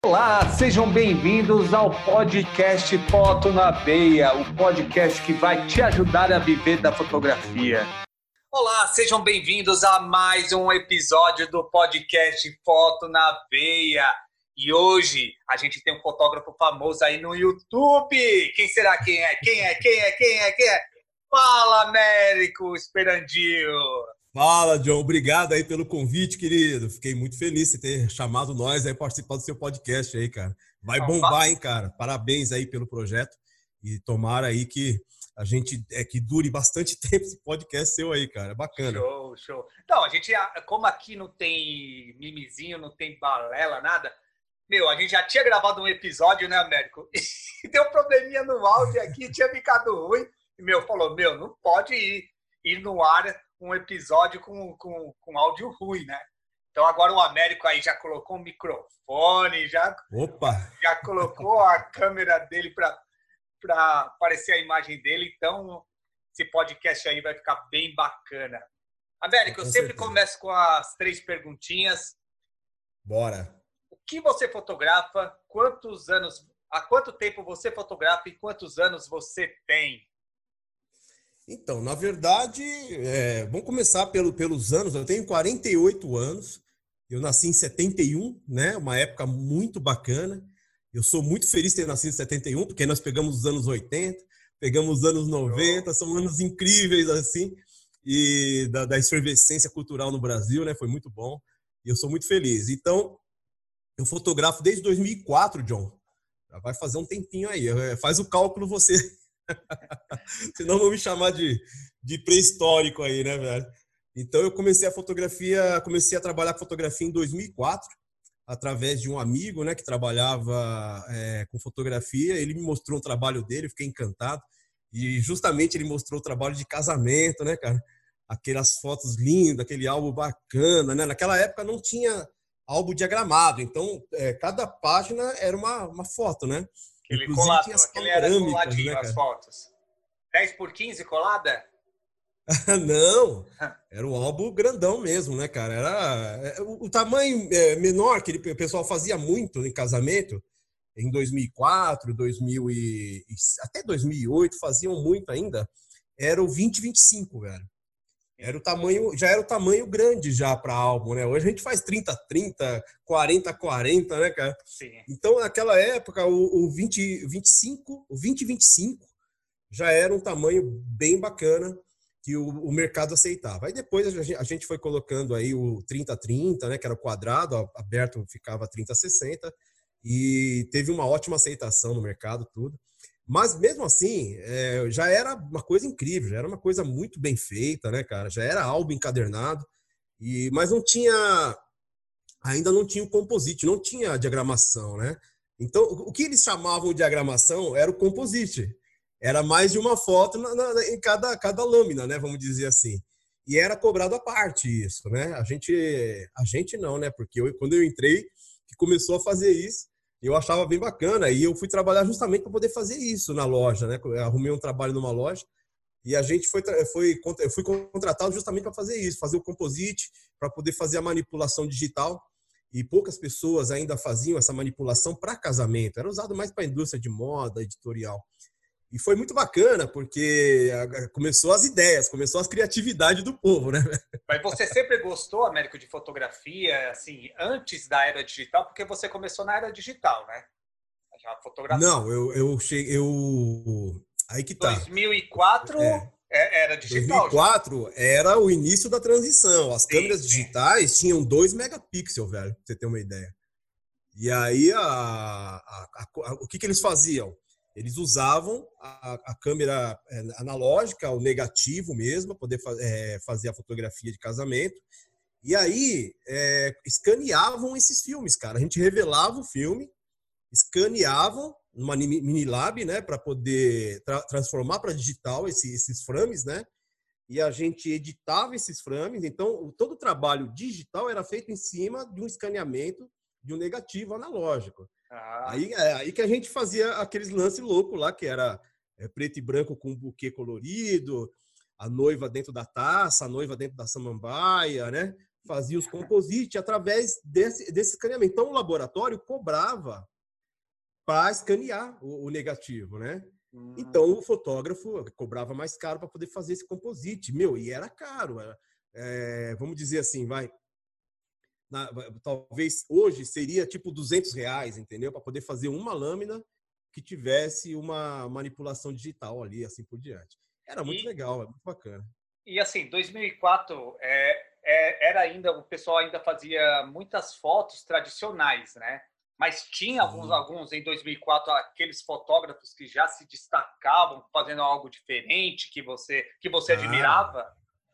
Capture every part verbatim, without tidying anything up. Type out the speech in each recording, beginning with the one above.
Olá, sejam bem-vindos ao podcast Foto na Veia, o podcast que vai te ajudar a viver da fotografia. Olá, sejam bem-vindos a mais um episódio do podcast Foto na Veia. E hoje a gente tem um fotógrafo famoso aí no YouTube. Quem será? Quem é? Quem é? Quem é? Quem é? Quem é? Fala, Américo Esperandio! Fala, John. Obrigado aí pelo convite, querido. Fiquei muito feliz de ter chamado nós aí para participar do seu podcast aí, cara. Vai bombar, hein, cara? Parabéns aí pelo projeto e tomara aí que a gente é que dure bastante tempo esse podcast seu aí, cara. É bacana. Show, show. Então, a gente, como aqui não tem mimizinho, não tem balela, nada, meu, a gente já tinha gravado um episódio, né, Américo? E deu um probleminha no áudio aqui, tinha ficado ruim. E, meu, falou, meu, não pode ir, ir no ar um episódio com, com, com áudio ruim, né? Então agora o Américo aí já colocou um microfone, já, Opa. já colocou a câmera dele para aparecer a imagem dele. Então esse podcast aí vai ficar bem bacana. Américo, com eu sempre certeza. Começo com as três perguntinhas. Bora. O que você fotografa? Quantos anos? Há quanto tempo você fotografa e quantos anos você tem? Então, na verdade, é, vamos começar pelo, pelos anos. Eu tenho quarenta e oito anos, eu nasci em setenta e um, né? Uma época muito bacana. Eu sou muito feliz de ter nascido em setenta e um, porque nós pegamos os anos oitenta, pegamos os anos noventa, são anos incríveis, assim, e da, da efervescência cultural no Brasil, né? Foi muito bom, e eu sou muito feliz. Então, eu fotografo desde dois mil e quatro, John. Já vai fazer um tempinho aí. Faz o cálculo você. Senão vão me chamar de, de pré-histórico aí, né, velho? Então eu comecei a fotografia, comecei a trabalhar com fotografia em dois mil e quatro, através de um amigo, né, que trabalhava é, com fotografia. Ele me mostrou o trabalho dele, eu fiquei encantado. E justamente ele mostrou o trabalho de casamento, né, cara? Aquelas fotos lindas, aquele álbum bacana, né? Naquela época não tinha álbum diagramado, então é, cada página era uma, uma foto, né? Aquele Inclusive colado, tinha as aquele era coladinho, né, as fotos. dez por quinze colada? Não, era um álbum grandão mesmo, né, cara? Era o, o tamanho é, menor que ele, o pessoal fazia muito em casamento, em dois mil e quatro, dois mil e, até dois mil e oito, faziam muito ainda, era o vinte vinte e cinco, velho. Era o tamanho, já era o tamanho grande já para álbum, né? Hoje a gente faz trinta trinta, quarenta quarenta, né, cara? Sim. Então, naquela época, o, o vinte vinte e cinco, o vinte vinte e cinco já era um tamanho bem bacana que o, o mercado aceitava. Aí depois a gente, a gente foi colocando aí o trinta trinta, né, que era o quadrado, aberto ficava trinta sessenta, e teve uma ótima aceitação no mercado, tudo. Mas mesmo assim, é, já era uma coisa incrível, já era uma coisa muito bem feita, né, cara? Já era álbum encadernado, e, mas não tinha, ainda não tinha o composite, não tinha a diagramação, né? Então, o que eles chamavam de diagramação era o composite. Era mais de uma foto na, na, em cada, cada lâmina, né? Vamos dizer assim. E era cobrado à parte isso, né? A gente, a gente não, né? Porque eu, quando eu entrei, que começou a fazer isso, eu achava bem bacana. E eu fui trabalhar justamente para poder fazer isso na loja, né? Eu arrumei um trabalho numa loja e a gente foi, foi eu fui contratado justamente para fazer isso, fazer o composite, para poder fazer a manipulação digital. E poucas pessoas ainda faziam essa manipulação para casamento. Era usado mais para a indústria de moda, editorial. E foi muito bacana, porque começou as ideias, começou as criatividades do povo, né? Mas você sempre gostou, Américo, de fotografia, assim, antes da era digital? Porque você começou na era digital, né? Já fotografia. Não, eu, eu cheguei... Eu... Aí que tá. dois mil e quatro é, era digital. dois mil e quatro já. Era o início da transição. As sim, câmeras sim. digitais tinham dois megapixels, velho, pra você ter uma ideia. E aí, a, a, a, a, o que, que eles faziam? Eles usavam a, a câmera analógica, o negativo mesmo, para poder fa é, fazer a fotografia de casamento. E aí, é, escaneavam esses filmes, cara. A gente revelava o filme, escaneavam numa Minilab, né, para poder tra transformar para digital esse, esses frames, né? E a gente editava esses frames. Então, todo o trabalho digital era feito em cima de um escaneamento de um negativo analógico. Ah. Aí, é, aí que a gente fazia aqueles lances loucos lá, que era é, preto e branco com um buquê colorido, a noiva dentro da taça, a noiva dentro da samambaia, né? fazia os composites através desse, desse escaneamento. Então, o laboratório cobrava para escanear o, o negativo, né? Hum. Então, o fotógrafo cobrava mais caro para poder fazer esse composite. Meu, e era caro. Era, é, vamos dizer assim, vai... Na, talvez hoje seria tipo duzentos reais, entendeu? Para poder fazer uma lâmina que tivesse uma manipulação digital ali, assim por diante. Era muito e, legal, é muito bacana. E assim, dois mil e quatro é, é, era ainda, o pessoal ainda fazia muitas fotos tradicionais, né? Mas tinha alguns, alguns em dois mil e quatro, aqueles fotógrafos que já se destacavam fazendo algo diferente que você, que você ah, admirava?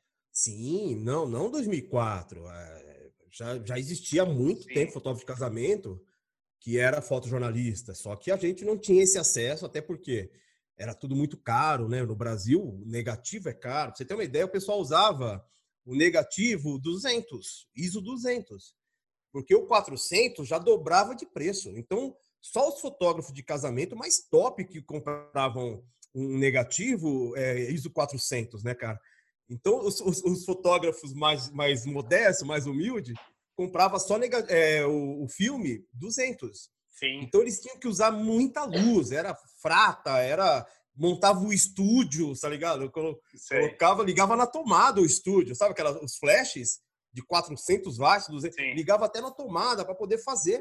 Sim, não, não dois mil e quatro. É... Já, já existia há muito Sim. tempo fotógrafo de casamento que era fotojornalista, só que a gente não tinha esse acesso, até porque era tudo muito caro, né? No Brasil, o negativo é caro. Pra você ter uma ideia, o pessoal usava o negativo duzentos, I S O duzentos, porque o quatrocentos já dobrava de preço. Então, só os fotógrafos de casamento mais top que compravam um negativo é, I S O quatrocentos, né, cara? Então, os, os, os fotógrafos mais, mais modestos, mais humildes, compravam só nega, é, o, o filme duzentos. Sim. Então, eles tinham que usar muita luz, era frata, era... Montava o estúdio, tá ligado? Colocava, ligava na tomada o estúdio, sabe? Aquelas, os flashes de quatrocentos watts, duzentos, Sim. ligava até na tomada para poder fazer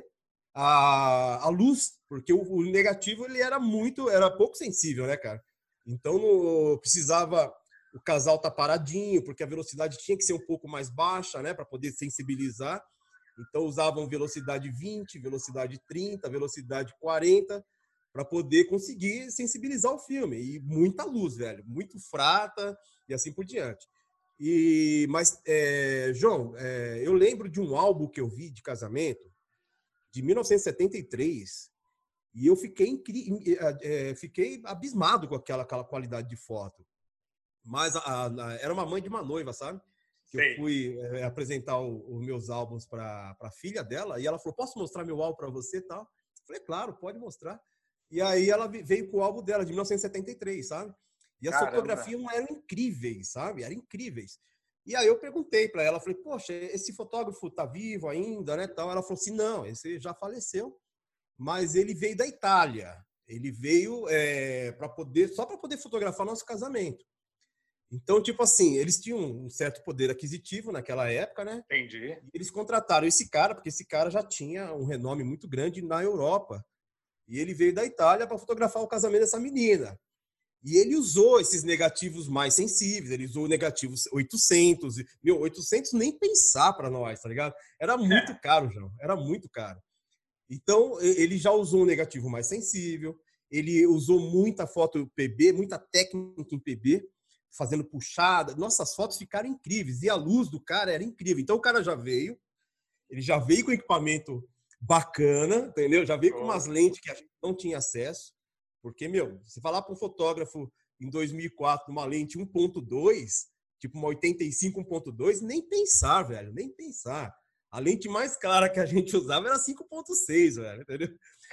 a, a luz, porque o, o negativo ele era muito, era pouco sensível, né, cara? Então, no, precisava... O casal tá paradinho, porque a velocidade tinha que ser um pouco mais baixa, né, para poder sensibilizar. Então usavam velocidade vinte, velocidade trinta, velocidade quarenta, para poder conseguir sensibilizar o filme. E muita luz, velho, muito frata e assim por diante. E mas é, João, é, eu lembro de um álbum que eu vi de casamento de mil novecentos e setenta e três e eu fiquei incri... é, fiquei abismado com aquela, aquela qualidade de foto. Mas a, a, era uma mãe de uma noiva, sabe? Que Sei. eu fui é, apresentar os meus álbuns para a filha dela, e ela falou, posso mostrar meu álbum para você e tal? Eu falei, claro, pode mostrar. E aí ela veio com o álbum dela, de mil novecentos e setenta e três, sabe? E as Caramba. fotografias eram incríveis, sabe? Eram incríveis. E aí eu perguntei para ela, falei, poxa, esse fotógrafo tá vivo ainda, né? Tal. Ela falou assim, não, esse já faleceu, mas ele veio da Itália. Ele veio é, para poder, só para poder fotografar nosso casamento. Então, tipo assim, eles tinham um certo poder aquisitivo naquela época, né? Entendi. E eles contrataram esse cara, porque esse cara já tinha um renome muito grande na Europa. E ele veio da Itália para fotografar o casamento dessa menina. E ele usou esses negativos mais sensíveis, ele usou negativos oitocentos. Meu, oitocentos nem pensar para nós, tá ligado? Era muito caro, João, era muito caro. Então, ele já usou um negativo mais sensível, ele usou muita foto P B, muita técnica em P B, fazendo puxada. Nossas fotos ficaram incríveis. E a luz do cara era incrível. Então, o cara já veio, ele já veio com equipamento bacana, entendeu? Já veio com umas lentes que a gente não tinha acesso. Porque, meu, se falar para um fotógrafo em dois mil e quatro, uma lente um ponto dois, tipo uma oitenta e cinco um ponto dois, nem pensar, velho, nem pensar. A lente mais clara que a gente usava era cinco ponto seis, velho, entendeu?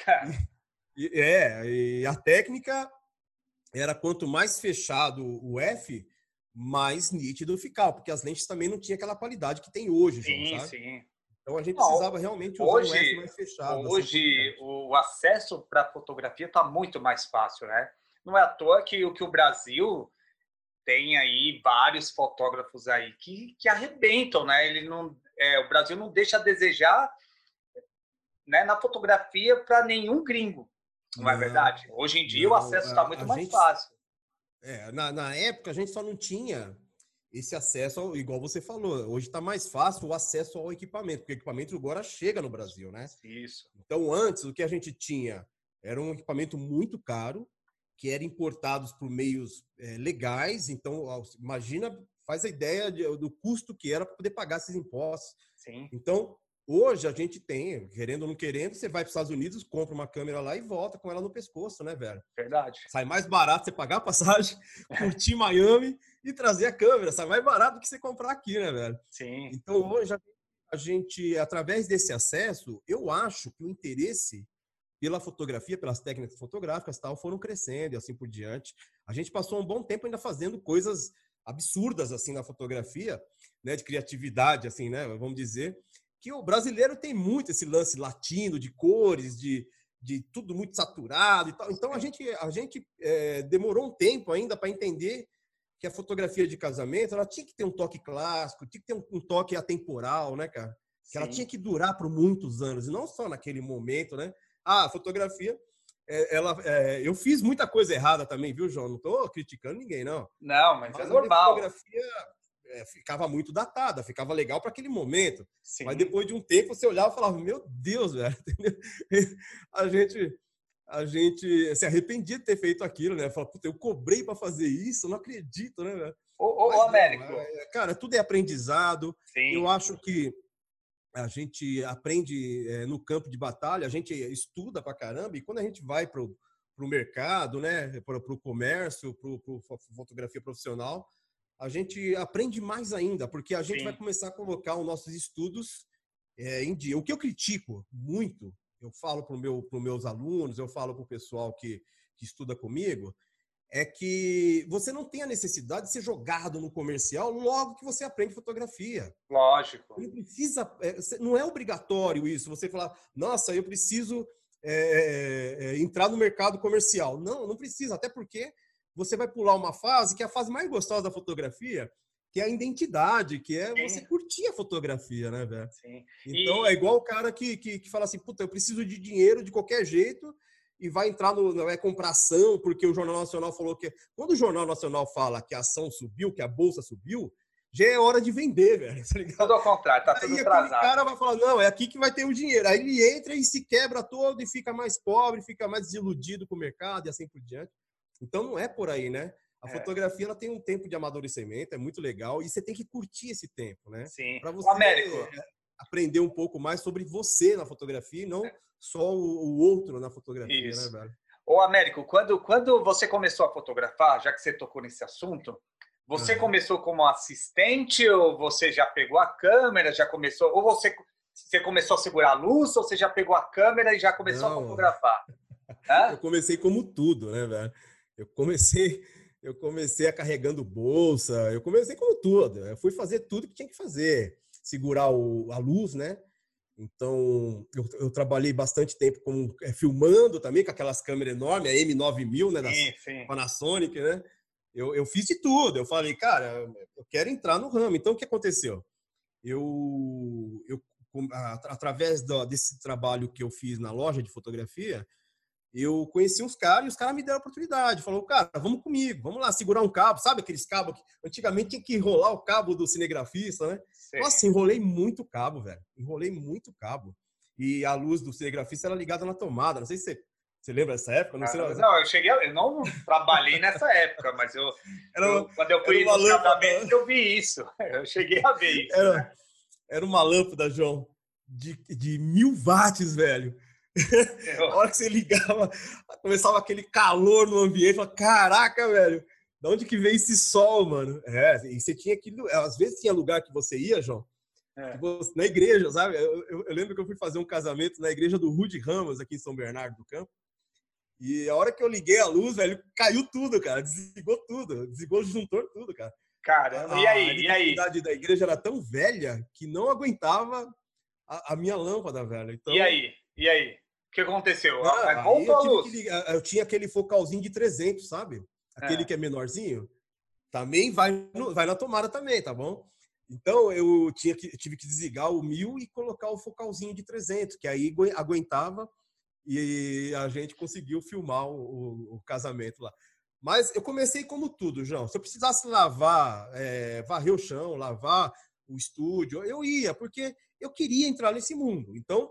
E, e, é, e a técnica era quanto mais fechado o F, mais nítido ficava, porque as lentes também não tinham aquela qualidade que tem hoje, João, sim, sabe? Sim. Então a gente precisava realmente usar hoje, um F mais fechado. Hoje assim, o acesso para a fotografia está muito mais fácil, né? Não é à toa que, que o Brasil tem aí vários fotógrafos aí que, que arrebentam, né? Ele não, é, o Brasil não deixa a desejar, né, na fotografia para nenhum gringo. Não, não é verdade? Hoje em dia não, o acesso está muito mais gente, fácil. É, na, na época a gente só não tinha esse acesso, ao, igual você falou. Hoje está mais fácil o acesso ao equipamento, porque o equipamento agora chega no Brasil, né? Isso. Então antes o que a gente tinha era um equipamento muito caro, que era importados por meios é, legais. Então imagina, faz a ideia de, do custo que era para poder pagar esses impostos. Sim. Então hoje a gente tem, querendo ou não querendo, você vai para os Estados Unidos, compra uma câmera lá e volta com ela no pescoço, né, velho? Verdade. Sai mais barato você pagar a passagem, curtir Miami e trazer a câmera. Sai mais barato do que você comprar aqui, né, velho? Sim. Então hoje a gente, através desse acesso, eu acho que o interesse pela fotografia, pelas técnicas fotográficas tal, foram crescendo e assim por diante. A gente passou um bom tempo ainda fazendo coisas absurdas assim na fotografia, né, de criatividade, assim, né, vamos dizer, que o brasileiro tem muito esse lance latino, de cores, de, de tudo muito saturado e tal. Então, a gente, a gente é, demorou um tempo ainda para entender que a fotografia de casamento, ela tinha que ter um toque clássico, tinha que ter um, um toque atemporal, né, cara? Que Sim. ela tinha que durar por muitos anos, e não só naquele momento, né? Ah, a fotografia, é, ela, é, eu fiz muita coisa errada também, viu, João? Não estou criticando ninguém, não. Não, mas, mas é normal. A fotografia é, ficava muito datada, ficava legal para aquele momento. Sim. Mas depois de um tempo, você olhava e falava, meu Deus, velho. A gente... a gente se arrependia de ter feito aquilo, né? Fala, puta, eu cobrei para fazer isso, eu não acredito, né, velho? Ô, ô, Américo. Não, é, cara, tudo é aprendizado. Sim. Eu acho que a gente aprende é, no campo de batalha, a gente estuda pra caramba, e quando a gente vai pro, pro mercado, né, pro, pro comércio, pro, pro fotografia profissional, a gente aprende mais ainda, porque a gente Sim. vai começar a colocar os nossos estudos é, em dia. O que eu critico muito, eu falo para meu, os meus alunos, eu falo para o pessoal que, que estuda comigo, é que você não tem a necessidade de ser jogado no comercial logo que você aprende fotografia. Lógico. Não precisa, não é obrigatório isso, você falar, nossa, eu preciso é, é, entrar no mercado comercial. Não, não precisa, até porque você vai pular uma fase que é a fase mais gostosa da fotografia, que é a identidade, que é Sim. você curtir a fotografia, né, velho? Sim. Então, e... é igual o cara que, que, que fala assim, puta, eu preciso de dinheiro de qualquer jeito e vai entrar no... vai comprar ação, porque o Jornal Nacional falou que... Quando o Jornal Nacional fala que a ação subiu, que a bolsa subiu, já é hora de vender, velho. Tá ligado? Tudo ao contrário, tá tudo aí atrasado. Aí o cara vai falar, não, é aqui que vai ter o dinheiro. Aí ele entra e se quebra todo e fica mais pobre, fica mais desiludido com o mercado e assim por diante. Então, não é por aí, né? A é. fotografia ela tem um tempo de amadurecimento, é muito legal, e você tem que curtir esse tempo, né? Sim. Para você o Américo. aprender um pouco mais sobre você na fotografia e não é. só o outro na fotografia, Isso. né, velho? Ô, Américo, quando, quando você começou a fotografar, já que você tocou nesse assunto, você uhum. começou como assistente ou você já pegou a câmera, já começou, ou você, você começou a segurar a luz, ou você já pegou a câmera e já começou não. a fotografar? Hã? Eu comecei como tudo, né, velho? Eu comecei... Eu comecei a carregando bolsa, eu comecei como tudo. Eu fui fazer tudo que tinha que fazer. Segurar o, a luz, né? Então, eu, eu trabalhei bastante tempo como, é, filmando também, com aquelas câmeras enormes, a M nove mil, né? Da sim, sim. Panasonic, né? Eu, eu fiz de tudo. Eu falei, cara, eu quero entrar no ramo. Então, o que aconteceu? Eu, eu através do, desse trabalho que eu fiz na loja de fotografia, eu conheci uns caras e os caras me deram a oportunidade. Falou, cara, vamos comigo, vamos lá segurar um cabo. Sabe aqueles cabos que antigamente tinha que enrolar o cabo do cinegrafista, né? Sim. Nossa, enrolei muito cabo, velho. Enrolei muito cabo. E a luz do cinegrafista era ligada na tomada. Não sei se você, você lembra dessa época. Não, ah, sei, não, eu cheguei, eu não trabalhei nessa época, mas eu, era, eu quando eu fui nos casamentos, eu vi isso. Eu cheguei a ver isso. Era, né? era uma lâmpada, João, de, de mil watts, velho. A hora que você ligava, começava aquele calor no ambiente, falava, caraca, velho, de onde que vem esse sol, mano? É, e você tinha que, às vezes tinha lugar que você ia, João, é. que você, na igreja, sabe? Eu, eu, eu lembro que eu fui fazer um casamento na igreja do Rude Ramos, aqui em São Bernardo do Campo, e a hora que eu liguei a luz, velho, caiu tudo, cara, desligou tudo, desligou o disjuntor, tudo, cara. Caramba, a, e aí? A e aí? A da igreja era tão velha que não aguentava a, a minha lâmpada, velho. Então, e aí? E aí? O que aconteceu? Não, a voltou a luz. Ligar, eu tinha aquele focalzinho de trezentos, sabe? Aquele é. que é menorzinho. Também vai, no, vai na tomada também, tá bom? Então, eu tinha que, tive que desligar o mil e colocar o focalzinho de trezentos, que aí aguentava e a gente conseguiu filmar o, o, o casamento lá. Mas eu comecei como tudo, João. Se eu precisasse lavar, é, varrer o chão, lavar o estúdio, eu ia, porque eu queria entrar nesse mundo. Então,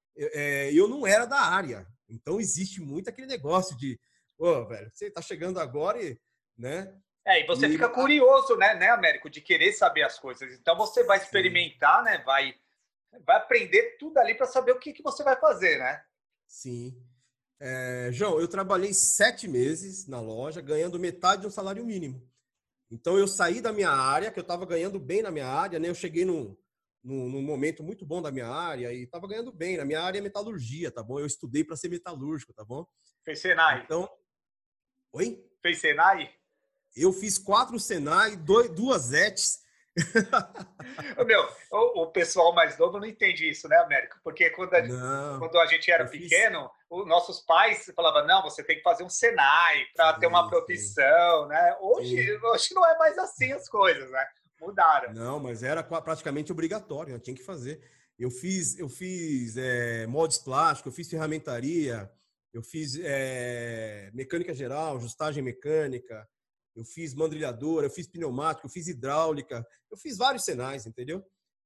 eu não era da área, então existe muito aquele negócio de, ô, oh, velho, você tá chegando agora e, né? É, e você e... fica curioso, né, né, Américo, de querer saber as coisas. Então você vai experimentar, Sim. né, vai, vai aprender tudo ali para saber o que, que você vai fazer, né? Sim. É, João, eu trabalhei sete meses na loja, ganhando metade de um salário mínimo. Então eu saí da minha área, que eu estava ganhando bem na minha área, né? Eu cheguei num num, num momento muito bom da minha área e estava ganhando bem. Na minha área é metalurgia, tá bom? Eu estudei para ser metalúrgico, tá bom? Fez Senai? Então... Oi? Fez Senai? Eu fiz quatro Senai, dois, duas E T S Meu, o, o pessoal mais novo não entende isso, né, Américo? Porque quando a, Não, quando a gente era pequeno, fiz... os nossos pais falavam, não, você tem que fazer um Senai para ter uma profissão, sim. né? Hoje, hoje não é mais assim as coisas, né? Mudaram. Não, mas era praticamente obrigatório, eu tinha que fazer. Eu fiz, eu fiz é, moldes plásticos, eu fiz ferramentaria, eu fiz é, mecânica geral, ajustagem mecânica, eu fiz mandrilhadora, eu fiz pneumático, eu fiz hidráulica, eu fiz vários Senais, entendeu?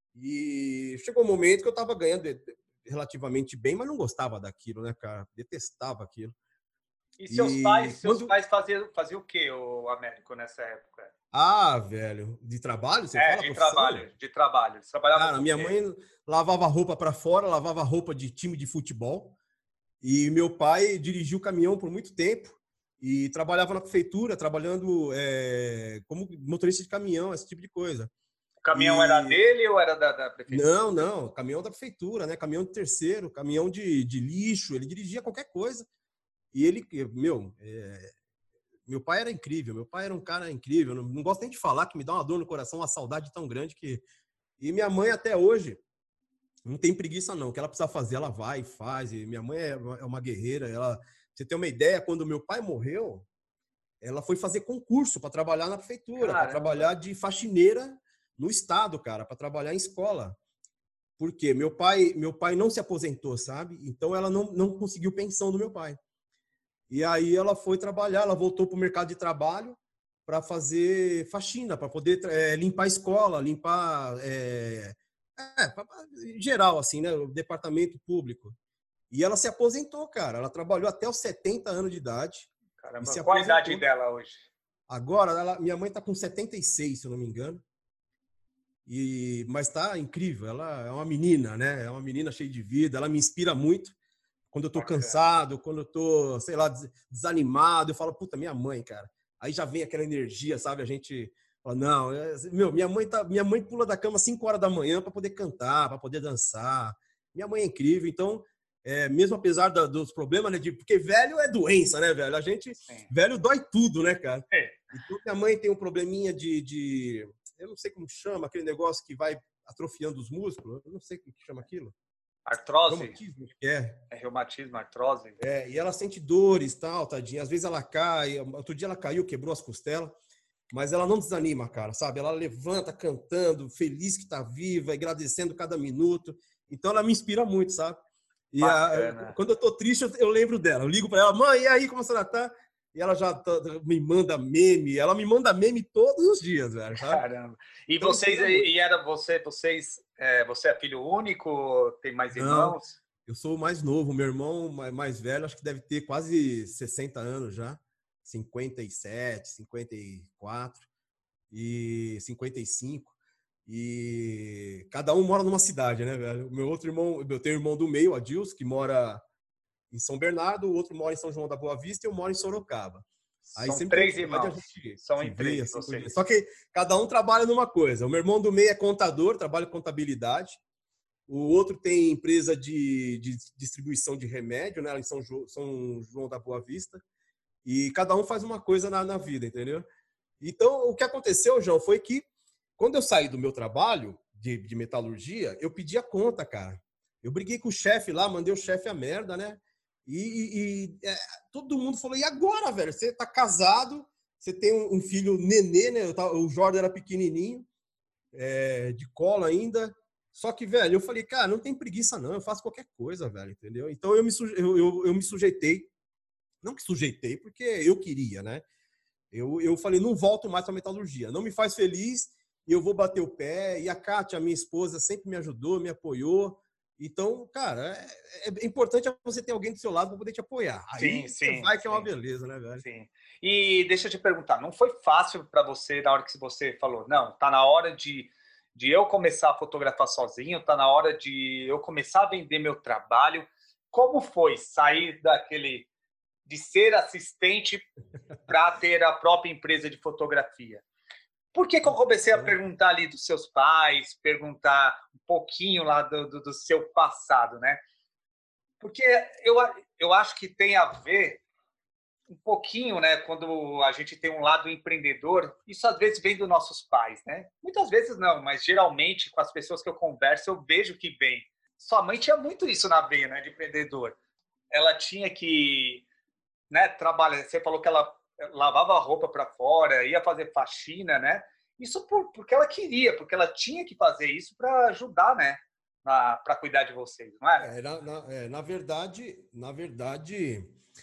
E chegou um momento que eu estava ganhando relativamente bem, mas não gostava daquilo, né, cara? Detestava aquilo. E seus e pais, seus quando... pais faziam, faziam o quê, o Américo, nessa época? Ah, velho, de trabalho, você é, fala? de profissão? trabalho, de trabalho. Eles trabalhavam Cara, minha mãe lavava roupa para fora, lavava roupa de time de futebol. E meu pai dirigiu caminhão por muito tempo e trabalhava na prefeitura, trabalhando é, como motorista de caminhão, esse tipo de coisa. O caminhão e... era dele ou era da, da prefeitura? Não, não, caminhão da prefeitura, né? Caminhão de terceiro, caminhão de, de lixo, ele dirigia qualquer coisa. E ele, meu, é... meu pai era incrível, meu pai era um cara incrível, não, não gosto nem de falar, que me dá uma dor no coração, uma saudade tão grande que... E minha mãe até hoje não tem preguiça não, o que ela precisa fazer, ela vai e faz. E minha mãe é uma guerreira, ela... Você tem uma ideia, quando meu pai morreu, ela foi fazer concurso para trabalhar na prefeitura, para trabalhar de faxineira no estado, cara, para trabalhar em escola. Por quê? Meu pai, meu pai não se aposentou, sabe? Então ela não, não conseguiu pensão do meu pai. E aí ela foi trabalhar, ela voltou para o mercado de trabalho para fazer faxina, para poder é, limpar a escola, limpar é, é, pra, em geral, assim, né? O departamento público. E ela se aposentou, cara. Ela trabalhou até os setenta anos de idade. Caramba, qual a idade dela hoje? Agora, ela, minha mãe está com setenta e seis, se eu não me engano. E, mas tá incrível. Ela é uma menina, né? É uma menina cheia de vida. Ela me inspira muito. Quando eu tô Bacana. cansado, quando eu tô, sei lá, desanimado, eu falo, puta, minha mãe, cara. Aí já vem aquela energia, sabe? A gente fala, não, meu, minha mãe tá, minha mãe pula da cama às cinco horas da manhã para poder cantar, para poder dançar. Minha mãe é incrível. Então, é, mesmo apesar da, dos problemas, né? De, porque velho é doença, né, velho? A gente, Sim. velho dói tudo, né, cara? É. Então, minha mãe tem um probleminha de, de, eu não sei como chama, aquele negócio que vai atrofiando os músculos. Eu não sei como que chama aquilo. Artrose? Reumatismo, é. É reumatismo, artrose. É, e ela sente dores e tal, tadinha. Às vezes ela cai, outro dia ela caiu, quebrou as costelas, mas ela não desanima, cara, sabe? Ela levanta cantando, feliz que tá viva, agradecendo cada minuto. Então ela me inspira muito, sabe? E a, quando eu tô triste, eu, eu lembro dela. Eu ligo para ela, mãe, e aí, como você tá? E ela já tá, me manda meme, ela me manda meme todos os dias, velho. Sabe? Caramba. E então, vocês, e era você, vocês, é, você é filho único? Tem mais irmãos? Não, eu sou o mais novo, meu irmão mais velho, acho que deve ter quase sessenta anos já, cinquenta e sete, cinquenta e quatro e cinquenta e cinco. E cada um mora numa cidade, né, velho? O meu outro irmão, eu tenho um irmão do meio, Adilson, que mora em São Bernardo, o outro mora em São João da Boa Vista e eu moro em Sorocaba. Aí São três irmãos. São em três, assim, vocês. Só que cada um trabalha numa coisa. O meu irmão do meio é contador, trabalha com contabilidade. O outro tem empresa de, de distribuição de remédio, né, em São, jo, São João da Boa Vista. E cada um faz uma coisa na, na vida, entendeu? Então, o que aconteceu, João, foi que quando eu saí do meu trabalho de, de metalurgia, eu pedi a conta, cara. Eu briguei com o chefe lá, mandei o chefe a merda, né? E, e é, todo mundo falou, e agora, velho? Você tá casado, você tem um, um filho nenê, né? Tava, o Jordan era pequenininho, é, de colo ainda. Só que, velho, eu falei, cara, não tem preguiça não, eu faço qualquer coisa, velho, entendeu? Então eu me, suje... eu, eu, eu me sujeitei, não que sujeitei, porque eu queria, né? Eu, eu falei, não volto mais pra metalurgia, não me faz feliz, e eu vou bater o pé. E a Kátia, minha esposa, sempre me ajudou, me apoiou. Então, cara, é, é importante você ter alguém do seu lado para poder te apoiar. Aí sim, sim, você vai sim. que é uma beleza, né, velho? Sim. E deixa eu te perguntar, não foi fácil para você na hora que você falou, não, tá na hora de, de eu começar a fotografar sozinho, tá na hora de eu começar a vender meu trabalho. Como foi sair daquele de ser assistente para ter a própria empresa de fotografia? Por que que eu comecei a perguntar ali dos seus pais, perguntar um pouquinho lá do, do, do seu passado, né? Porque eu, eu acho que tem a ver um pouquinho, né, quando a gente tem um lado empreendedor, isso às vezes vem dos nossos pais, né? Muitas vezes não, mas geralmente com as pessoas que eu converso eu vejo que vem. Sua mãe tinha muito isso na veia, né, de empreendedor. Ela tinha que, né, trabalhar. Você falou que ela lavava a roupa para fora, ia fazer faxina, né? Isso por, porque ela queria, porque ela tinha que fazer isso para ajudar, né, para cuidar de vocês, não era? É, na, na, é, na verdade, na verdade,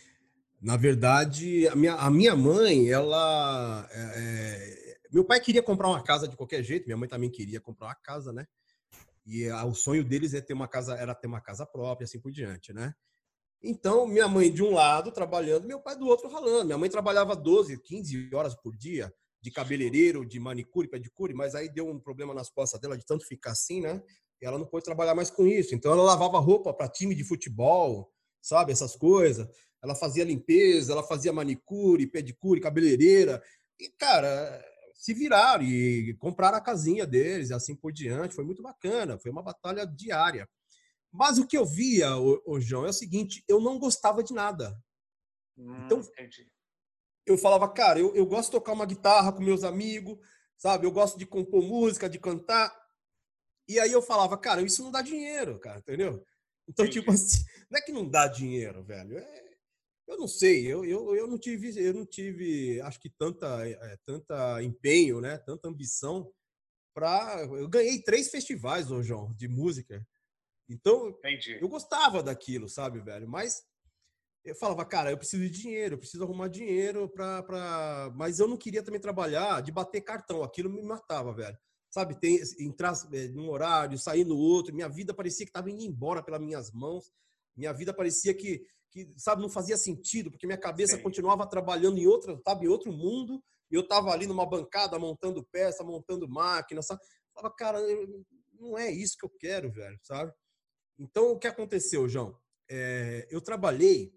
na verdade, a minha, a minha mãe, ela, é, é, meu pai queria comprar uma casa de qualquer jeito, minha mãe também queria comprar uma casa, né? E a, o sonho deles é ter uma casa, era ter uma casa própria, assim por diante, né? Então, minha mãe de um lado trabalhando, meu pai do outro ralando. Minha mãe trabalhava doze, quinze horas por dia de cabeleireiro, de manicure, pedicure, mas aí deu um problema nas costas dela de tanto ficar assim, né? E ela não pôde trabalhar mais com isso. Então, ela lavava roupa para time de futebol, sabe? Essas coisas. Ela fazia limpeza, ela fazia manicure, pedicure, cabeleireira. E, cara, se viraram e compraram a casinha deles e assim por diante. Foi muito bacana. Foi uma batalha diária. Mas o que eu via, ô, ô, João, é o seguinte, eu não gostava de nada. Hum, Então, entendi. eu falava, cara, eu, eu gosto de tocar uma guitarra com meus amigos, sabe? Eu gosto de compor música, de cantar. E aí eu falava, cara, isso não dá dinheiro, cara, entendeu? Então, tipo Entendi. assim, não é que não dá dinheiro, velho. É, eu não sei, eu, eu, eu não tive, eu não tive, acho que tanta, é, tanta empenho, né? Tanta ambição para. Eu ganhei três festivais, ô, João, de música. Então, Entendi. eu gostava daquilo, sabe, velho? Mas eu falava, cara, eu preciso de dinheiro, eu preciso arrumar dinheiro pra, pra... Mas eu não queria também trabalhar de bater cartão, aquilo me matava, velho. Sabe, tem, entrar num horário, sair no outro, minha vida parecia que estava indo embora pelas minhas mãos, minha vida parecia que, que, sabe, não fazia sentido, porque minha cabeça Sim. continuava trabalhando em outra, sabe, em outro mundo, e eu estava ali numa bancada montando peça, montando máquina, sabe? Eu falava, cara, eu, não é isso que eu quero, velho, sabe? Então, o que aconteceu, João? É, eu trabalhei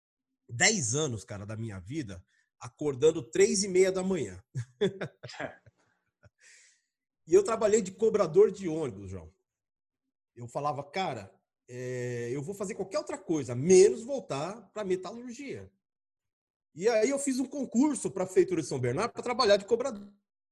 dez anos, cara, da minha vida, acordando três e meia da manhã. E eu trabalhei de cobrador de ônibus, João. Eu falava, cara, é, eu vou fazer qualquer outra coisa, menos voltar para metalurgia. E aí eu fiz um concurso para a Prefeitura de São Bernardo para trabalhar de cobrador.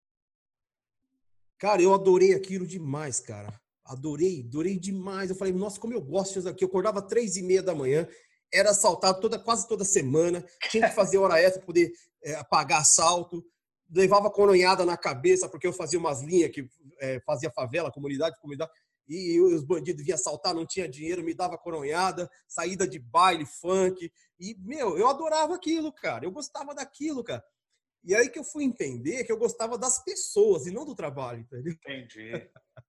Cara, eu adorei aquilo demais, cara. Adorei, adorei demais. Eu falei, nossa, como eu gosto disso aqui. Eu acordava três e meia da manhã, era assaltado toda, quase toda semana, tinha que fazer hora extra para poder é, pagar assalto, levava coronhada na cabeça, porque eu fazia umas linhas que é, fazia favela, comunidade, comunidade, e os bandidos vinham assaltar, não tinha dinheiro, me dava coronhada, saída de baile, funk, e, meu, eu adorava aquilo, cara, eu gostava daquilo, cara. E aí que eu fui entender que eu gostava das pessoas e não do trabalho, entendeu? Entendi.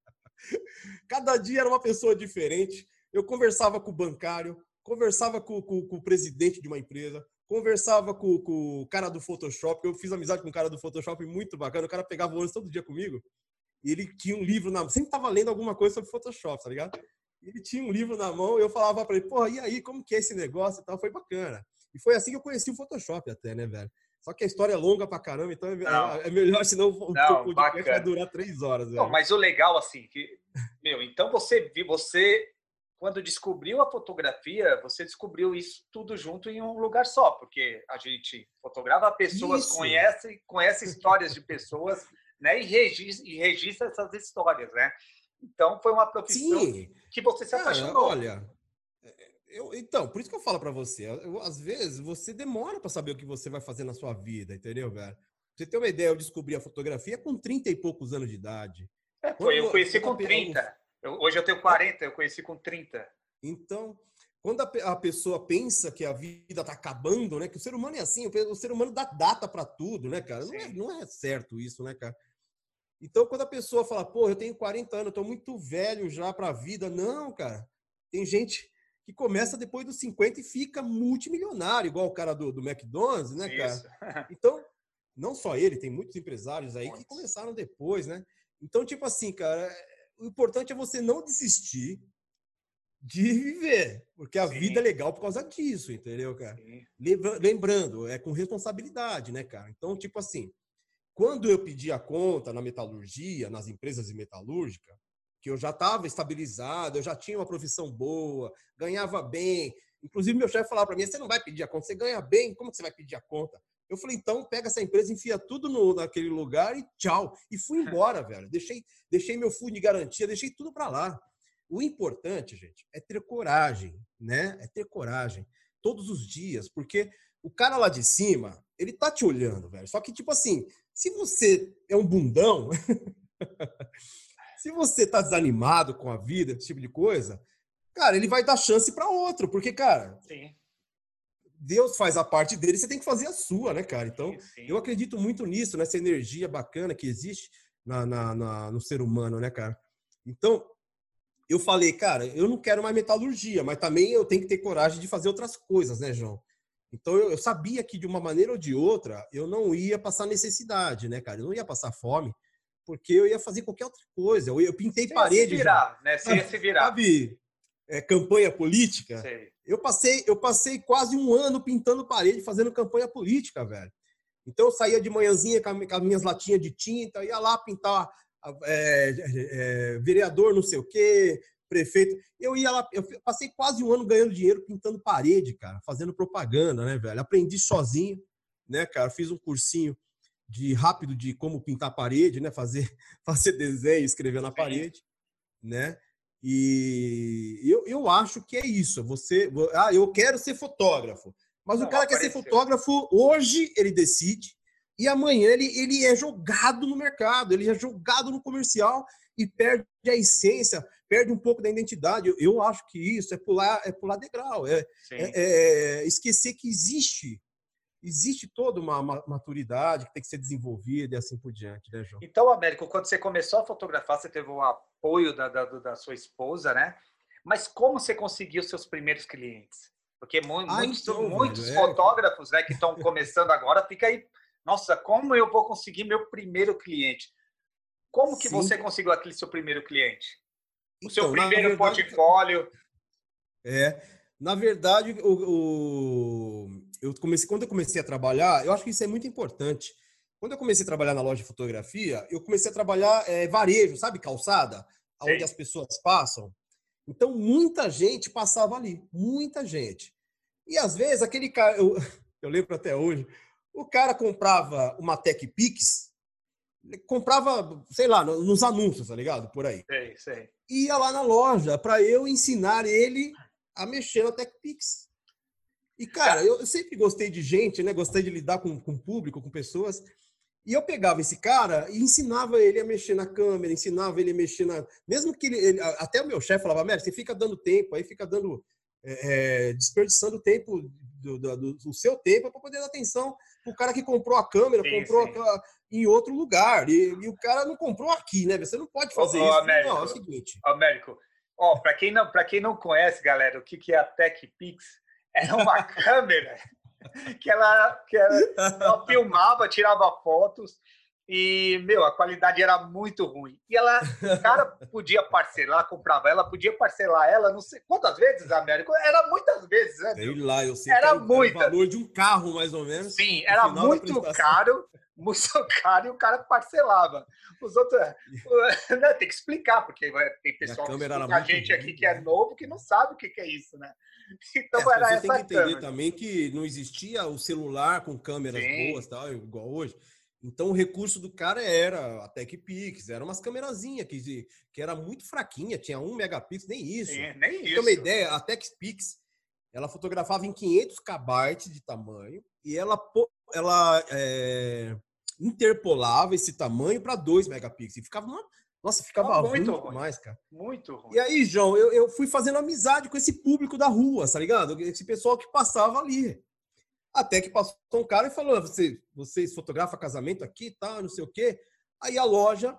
Cada dia era uma pessoa diferente. Eu conversava com o bancário, conversava com, com, com o presidente de uma empresa, conversava com, com o cara do Photoshop. Eu fiz amizade com o cara do Photoshop muito bacana. O cara pegava o ônibus todo dia comigo e ele tinha um livro na mão. Sempre estava lendo alguma coisa sobre Photoshop, tá ligado? Ele tinha um livro na mão e eu falava para ele, porra, e aí, como que é esse negócio e tal? Foi bacana. E foi assim que eu conheci o Photoshop até, né, velho? Só que a história é longa pra caramba, então Não, é melhor, senão o não, podcast vai bacana. durar três horas, Não, velho. mas o legal, assim, que, meu, então você viu, você, quando descobriu a fotografia, você descobriu isso tudo junto em um lugar só, porque a gente fotografa pessoas, Isso! conhece, conhece histórias de pessoas, né, e registra, e registra essas histórias, né? Então, foi uma profissão Sim! que você se Cara, apaixonou. olha, eu, então, por isso que eu falo pra você, eu, às vezes você demora pra saber o que você vai fazer na sua vida, entendeu, velho? Pra você ter uma ideia, eu descobri a fotografia com trinta e poucos anos de idade. É, foi, eu Quando, conheci quando a, com pe- o- trinta. Eu, hoje eu tenho é, quarenta, eu conheci com trinta. então, quando a, pe- a pessoa pensa que a vida tá acabando, né? Que o ser humano é assim, o, o ser humano dá data pra tudo, né, cara? Não é, Sim, não é certo isso, né, cara? Então, quando a pessoa fala, pô, eu tenho quarenta anos, eu tô muito velho já pra vida. Não, cara. Tem gente que começa depois dos cinquenta e fica multimilionário, igual o cara do, do McDonald's, né, cara? isso. Então, não só ele, tem muitos empresários aí que Muitos. começaram depois, né? Então, tipo assim, cara, o importante é você não desistir de viver, porque a vida é Sim, legal por causa disso, entendeu, cara? sim, Lembra- Lembrando, é com responsabilidade, né, cara? Então, tipo assim, quando eu pedi a conta na metalurgia, nas empresas de metalúrgica, que eu já estava estabilizado, eu já tinha uma profissão boa, ganhava bem, Inclusive, meu chefe falava para mim, você não vai pedir a conta, você ganha bem, como que você vai pedir a conta? Eu falei, então, pega essa empresa, enfia tudo no, naquele lugar e tchau. E fui embora, velho. Deixei, deixei meu fundo de garantia, deixei tudo para lá. O importante, gente, é ter coragem, né? É ter coragem todos os dias, porque o cara lá de cima, ele tá te olhando, velho. Só que, tipo assim, se você é um bundão, se você tá desanimado com a vida, esse tipo de coisa, cara, ele vai dar chance para outro, porque, cara, sim. Deus faz a parte dele, você tem que fazer a sua, né, cara? Então, sim, sim. eu acredito muito nisso, nessa energia bacana que existe na, na, na, no ser humano, né, cara? Então, eu falei, cara, eu não quero mais metalurgia, mas também eu tenho que ter coragem de fazer outras coisas, né, João? Então, eu, eu sabia que, de uma maneira ou de outra, eu não ia passar necessidade, né, cara? Eu não ia passar fome, porque eu ia fazer qualquer outra coisa. Eu, eu pintei Você parede, ia se virar, João. né? Você ia se virar. Sabe, é, campanha política? Sei. Eu passei, eu passei quase um ano pintando parede, fazendo campanha política, velho. Então, eu saía de manhãzinha com as minhas latinhas de tinta, ia lá pintar é, é, vereador não sei o quê, prefeito. Eu ia lá, eu passei quase um ano ganhando dinheiro pintando parede, cara, fazendo propaganda, né, velho? Aprendi sozinho, né, cara? Fiz um cursinho de rápido de como pintar parede, né? Fazer, fazer desenho, escrever na parede, né? E eu, eu acho que é isso. Você, ah, eu quero ser fotógrafo. Mas não, o cara apareceu. Quer ser fotógrafo, hoje ele decide, e amanhã ele, ele é jogado no mercado, ele é jogado no comercial e perde a essência, perde um pouco da identidade. Eu, eu acho que isso é pular, é pular degrau, é, é, é esquecer que existe, existe toda uma maturidade que tem que ser desenvolvida e assim por diante, né, João? Então, Américo, quando você começou a fotografar, você teve o apoio da, da, da sua esposa, né? Mas como você conseguiu seus primeiros clientes? Porque muitos, ah, então, muitos velho, fotógrafos é... né, que estão começando agora, fica aí, nossa, como eu vou conseguir meu primeiro cliente? Como que Sim. você conseguiu aquele seu primeiro cliente? O então, seu primeiro verdade, portfólio? É, na verdade, o, o, eu comecei, quando eu comecei a trabalhar, eu acho que isso é muito importante. Quando eu comecei a trabalhar na loja de fotografia, eu comecei a trabalhar é, varejo, sabe, calçada, Sim. onde as pessoas passam. Então, muita gente passava ali, muita gente. E, às vezes, aquele cara... Eu, eu lembro até hoje, o cara comprava uma TechPix, comprava, sei lá, nos anúncios, tá ligado? Por aí. Sei, sei. Ia lá na loja para eu ensinar ele a mexer na TechPix. E, cara, eu, eu sempre gostei de gente, né? Gostei de lidar com o público, com pessoas... E eu pegava esse cara e ensinava ele a mexer na câmera, ensinava ele a mexer na... Mesmo que ele... ele até o meu chefe falava, Américo, você fica dando tempo, aí fica dando... É, é, desperdiçando tempo do, do, do seu tempo para poder dar atenção pro cara que comprou a câmera, sim, comprou sim. A, em outro lugar. E, e o cara não comprou aqui, né? Você não pode fazer ô, isso. Ô, Américo, não, é o seguinte. Américo, ó, para quem não, para quem não conhece, galera, o que, que é a TechPix? É uma câmera... que ela, que ela, ela filmava, tirava fotos e, meu, a qualidade era muito ruim. E ela, o cara podia parcelar, comprava ela, podia parcelar ela, não sei quantas vezes, Américo? Era muitas vezes, né? Sei lá, eu sei era que era, muita. Era o valor de um carro, mais ou menos. Sim, era muito caro, muito caro e o cara parcelava. Os outros, né, tem que explicar, porque tem pessoal que escuta a gente aqui ruim, que é novo que não sabe o que é isso, né? Então é, era essa tem que entender câmera. também que não existia o celular com câmeras Sim. boas, tal, igual hoje. Então o recurso do cara era a TechPix, era umas câmerazinhas que, que era muito fraquinha, tinha um megapixel, nem isso. Sim, nem pra isso. Ter uma ideia, a TechPix, ela fotografava em quinhentos kbytes de tamanho e ela, ela é, interpolava esse tamanho para dois megapixels. E ficava uma Nossa, ficava oh, muito ruim demais, cara. Muito ruim. E aí, João, eu, eu fui fazendo amizade com esse público da rua, tá ligado? Esse pessoal que passava ali. Até que passou um cara e falou, Você, vocês fotografam casamento aqui e tal, não sei o quê. Aí a loja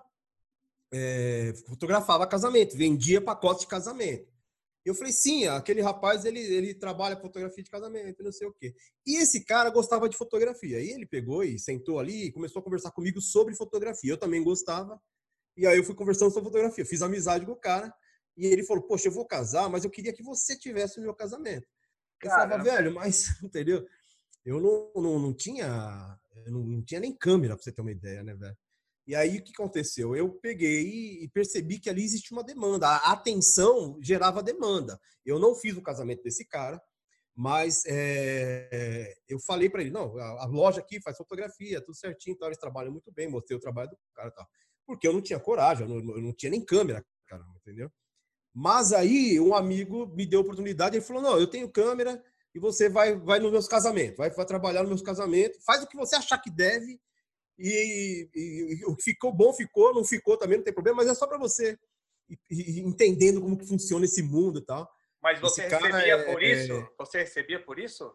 é, fotografava casamento, vendia pacote de casamento. Eu falei, sim, aquele rapaz, ele, ele trabalha com fotografia de casamento, não sei o quê. E esse cara gostava de fotografia. Aí ele pegou e sentou ali e começou a conversar comigo sobre fotografia. Eu também gostava. E aí eu fui conversando sobre fotografia, fiz amizade com o cara, e ele falou, poxa, eu vou casar, mas eu queria que você tivesse o meu casamento. Eu Caramba. falava, velho, mas, entendeu? Eu não, não, não tinha, eu não, não tinha nem câmera, pra você ter uma ideia, né, velho? E aí, o que aconteceu? Eu peguei e percebi que ali existia uma demanda. A atenção gerava demanda. Eu não fiz o casamento desse cara, Mas é, eu falei para ele, não, a, a loja aqui faz fotografia, tudo certinho, então eles trabalham muito bem, mostrei o trabalho do cara e tal. Porque eu não tinha coragem, eu não, eu não tinha nem câmera, caramba, entendeu? Mas aí um amigo me deu a oportunidade, ele falou, não, eu tenho câmera e você vai, vai nos meus casamentos, vai, vai trabalhar nos meus casamentos, faz o que você achar que deve e, e, e o que ficou bom ficou, não ficou também, não tem problema, mas é só para você ir, ir entendendo como que funciona esse mundo e tal. Mas você Esse cara recebia é, por isso? é... Você recebia por isso?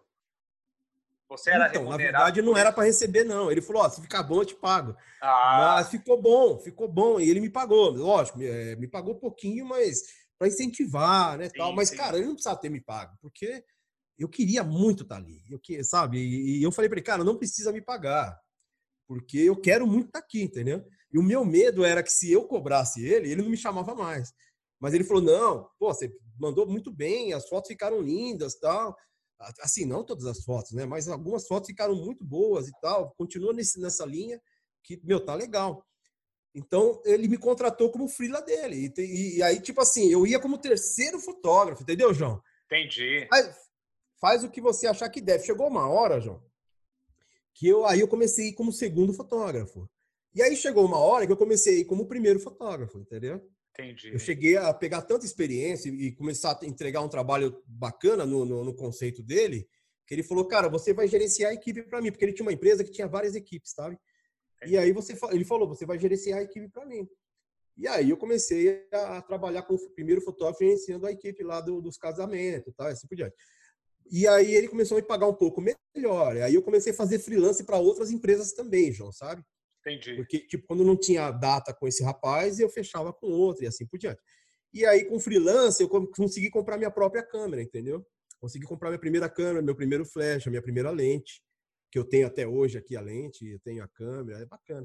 Você era Então, na remunerado verdade, não por era isso? para receber, não. Ele falou, ó, se ficar bom, eu te pago. Mas Ah, ficou bom, ficou bom. E ele me pagou, lógico, me, é, me pagou pouquinho, mas para incentivar, né, tal. sim, Mas, sim. cara, ele não precisava ter me pago, porque eu queria muito estar ali, eu que, sabe? E, e eu falei para ele, cara, não precisa me pagar, porque eu quero muito estar aqui, entendeu? E o meu medo era que se eu cobrasse ele, ele não me chamava mais. Mas ele falou, não, pô, você mandou muito bem, as fotos ficaram lindas, tal. Assim, não todas as fotos, né? Mas algumas fotos ficaram muito boas e tal. Continua nesse, nessa linha que, meu, tá legal. Então, ele me contratou como freela dele. E, e aí, tipo assim, eu ia como terceiro fotógrafo, entendeu, João? Entendi. Faz, faz o que você achar que deve. Chegou uma hora, João, que eu aí eu comecei a ir como segundo fotógrafo. E aí chegou uma hora que eu comecei a ir como primeiro fotógrafo, entendeu? Eu Entendi. cheguei a pegar tanta experiência e começar a entregar um trabalho bacana no, no, no conceito dele, que ele falou, cara, você vai gerenciar a equipe para mim, porque ele tinha uma empresa que tinha várias equipes, sabe? E aí você, ele falou, você vai gerenciar a equipe para mim. E aí eu comecei a trabalhar como primeiro fotógrafo, gerenciando a equipe lá do, dos casamentos, tá? Assim por diante. E aí ele começou a me pagar um pouco melhor. E aí eu comecei a fazer freelance para outras empresas também, João, sabe? Entendi. Porque, tipo, quando não tinha data com esse rapaz, eu fechava com outro e assim por diante. E aí, com freelance, eu consegui comprar minha própria câmera, entendeu? Consegui comprar minha primeira câmera, meu primeiro flash, a minha primeira lente, que eu tenho até hoje aqui a lente, eu tenho a câmera, é bacana.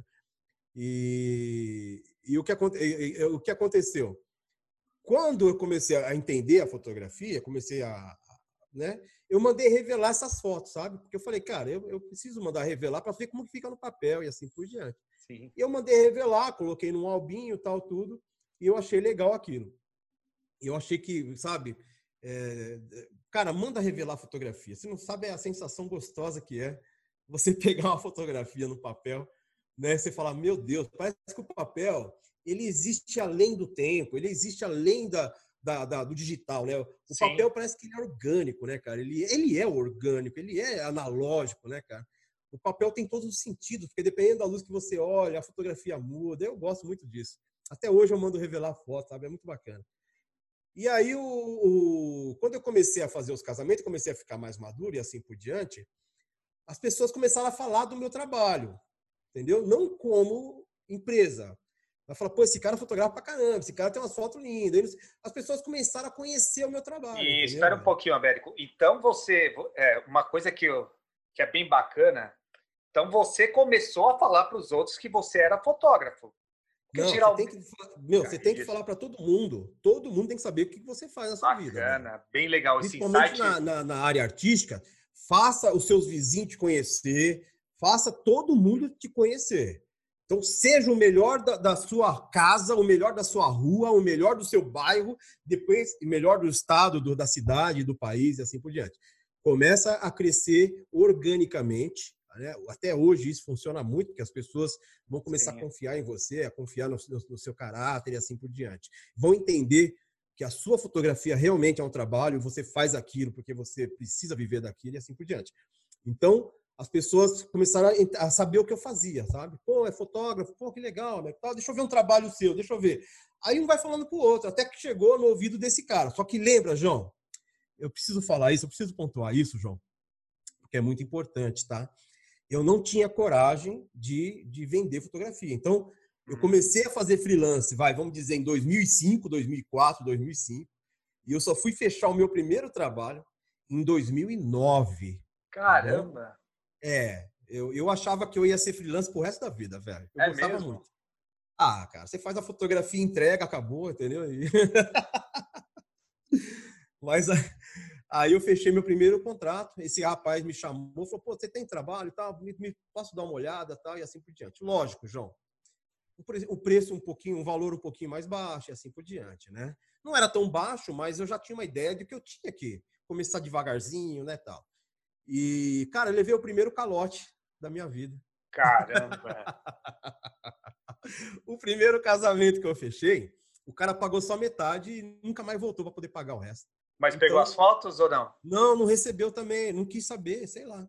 E, e o, que, e, e, o que aconteceu? Quando eu comecei a entender a fotografia, comecei a, né? Eu mandei revelar essas fotos, sabe? Porque eu falei, cara, eu, eu preciso mandar revelar para ver como que fica no papel e assim por diante. Sim. E eu mandei revelar, coloquei num albinho, tal, tudo, e eu achei legal aquilo. Eu achei que, sabe, é, cara, manda revelar a fotografia. Você não sabe a sensação gostosa que é você pegar uma fotografia no papel, né? Você falar, meu Deus, parece que o papel, ele existe além do tempo, ele existe além da, da, da, do digital, né? O Sim. papel parece que ele é orgânico, né, cara? Ele, ele é orgânico, ele é analógico, né, cara? O papel tem todos os sentidos, porque dependendo da luz que você olha, a fotografia muda. Eu gosto muito disso. Até hoje eu mando revelar foto, sabe? É muito bacana. E aí, o, o, quando eu comecei a fazer os casamentos, comecei a ficar mais maduro e assim por diante, as pessoas começaram a falar do meu trabalho, entendeu? Não como empresa. Ela fala, pô, esse cara fotografa pra caramba, esse cara tem umas fotos lindas. As pessoas começaram a conhecer o meu trabalho, E entendeu? espera um pouquinho, Américo. Então você, é, uma coisa que, eu, que é bem bacana, então você começou a falar para os outros que você era fotógrafo. Porque Não, geral... você tem que, meu, você tem que falar para todo mundo. Todo mundo tem que saber o que você faz na sua Bacana, vida. Velho. Bem legal esse Principalmente insight. na, na, na área artística, faça os seus vizinhos te conhecer, faça todo mundo te conhecer. Então, seja o melhor da, da sua casa, o melhor da sua rua, o melhor do seu bairro, depois o melhor do estado, do, da cidade, do país e assim por diante. Começa a crescer organicamente. Né? Até hoje isso funciona muito, porque as pessoas vão começar Sim. a confiar em você, a confiar no, no, no seu caráter e assim por diante. Vão entender que a sua fotografia realmente é um trabalho, você faz aquilo porque você precisa viver daquilo e assim por diante. Então, as pessoas começaram a saber o que eu fazia, sabe? Pô, é fotógrafo, pô, que legal, né? Deixa eu ver um trabalho seu, deixa eu ver. Aí um vai falando pro outro, até que chegou no ouvido desse cara. Só que lembra, João, eu preciso falar isso, eu preciso pontuar isso, João, porque é muito importante, tá? Eu não tinha coragem de, de vender fotografia. Então, eu comecei a fazer freelance, vai, vamos dizer, em dois mil e cinco, dois mil e quatro, dois mil e cinco, e eu só fui fechar o meu primeiro trabalho em dois mil e nove. Caramba! Tá é, eu, eu achava que eu ia ser freelance pro resto da vida, velho. Eu é gostava mesmo? muito. Ah, cara, você faz a fotografia, entrega, acabou, entendeu? E... Mas aí eu fechei meu primeiro contrato, esse rapaz me chamou, falou, pô, você tem trabalho e tal? Me, me, posso dar uma olhada e tal? E assim por diante. Lógico, João, o preço um pouquinho, um valor um pouquinho mais baixo e assim por diante, né? Não era tão baixo, mas eu já tinha uma ideia de que eu tinha que começar devagarzinho, né, tal. E, cara, eu levei o primeiro calote da minha vida. Caramba! O primeiro casamento que eu fechei, o cara pagou só metade e nunca mais voltou para poder pagar o resto. Mas então, pegou as fotos ou não? Não, não recebeu também, não quis saber, sei lá.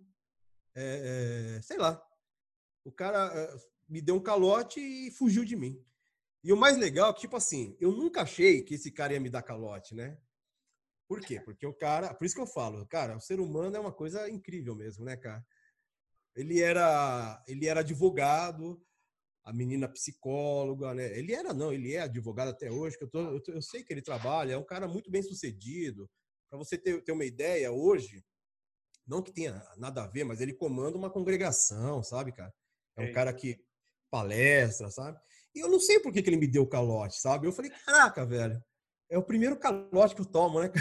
É, é, sei lá. O cara é, me deu um calote e fugiu de mim. E o mais legal é que, tipo assim, eu nunca achei que esse cara ia me dar calote, né? Por quê? Porque o cara... Por isso que eu falo, cara, o ser humano é uma coisa incrível mesmo, né, cara? Ele era, ele era advogado, a menina psicóloga, né? Ele era, não, ele é advogado até hoje, que eu, tô, eu, tô, eu sei que ele trabalha, é um cara muito bem sucedido. Para você ter, ter uma ideia, hoje, não que tenha nada a ver, mas ele comanda uma congregação, sabe, cara? É um cara que palestra, sabe? E eu não sei por que, que ele me deu calote, sabe? Eu falei, caraca, velho, é o primeiro calote que eu tomo, né?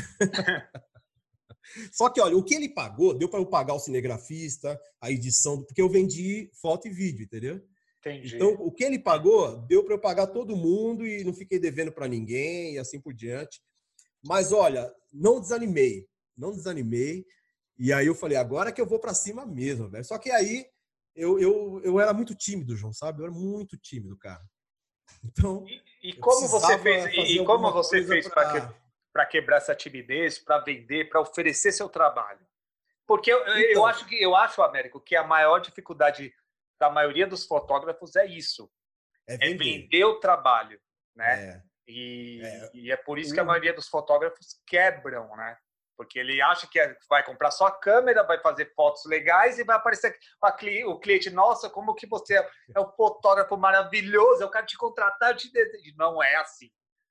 Só que, olha, o que ele pagou, deu para eu pagar o cinegrafista, a edição, porque eu vendi foto e vídeo, entendeu? Entendi. Então, o que ele pagou, deu para eu pagar todo mundo e não fiquei devendo para ninguém e assim por diante. Mas, olha, não desanimei, não desanimei. E aí eu falei, agora que eu vou para cima mesmo, velho. Só que aí eu, eu, eu era muito tímido, João, sabe? Eu era muito tímido, cara. Então, e, e como você fez? E como você fez para pra... que, para quebrar essa timidez, para vender, para oferecer seu trabalho? Porque eu, então, eu acho que eu acho, Américo, que a maior dificuldade da maioria dos fotógrafos é isso, é vender, é vender o trabalho, né? É, e, é, e é por isso que a maioria dos fotógrafos quebram, né? Porque ele acha que vai comprar só a câmera, vai fazer fotos legais e vai aparecer o cliente, nossa, como que você é um fotógrafo maravilhoso, eu quero te contratar, eu te desejo. Não é assim.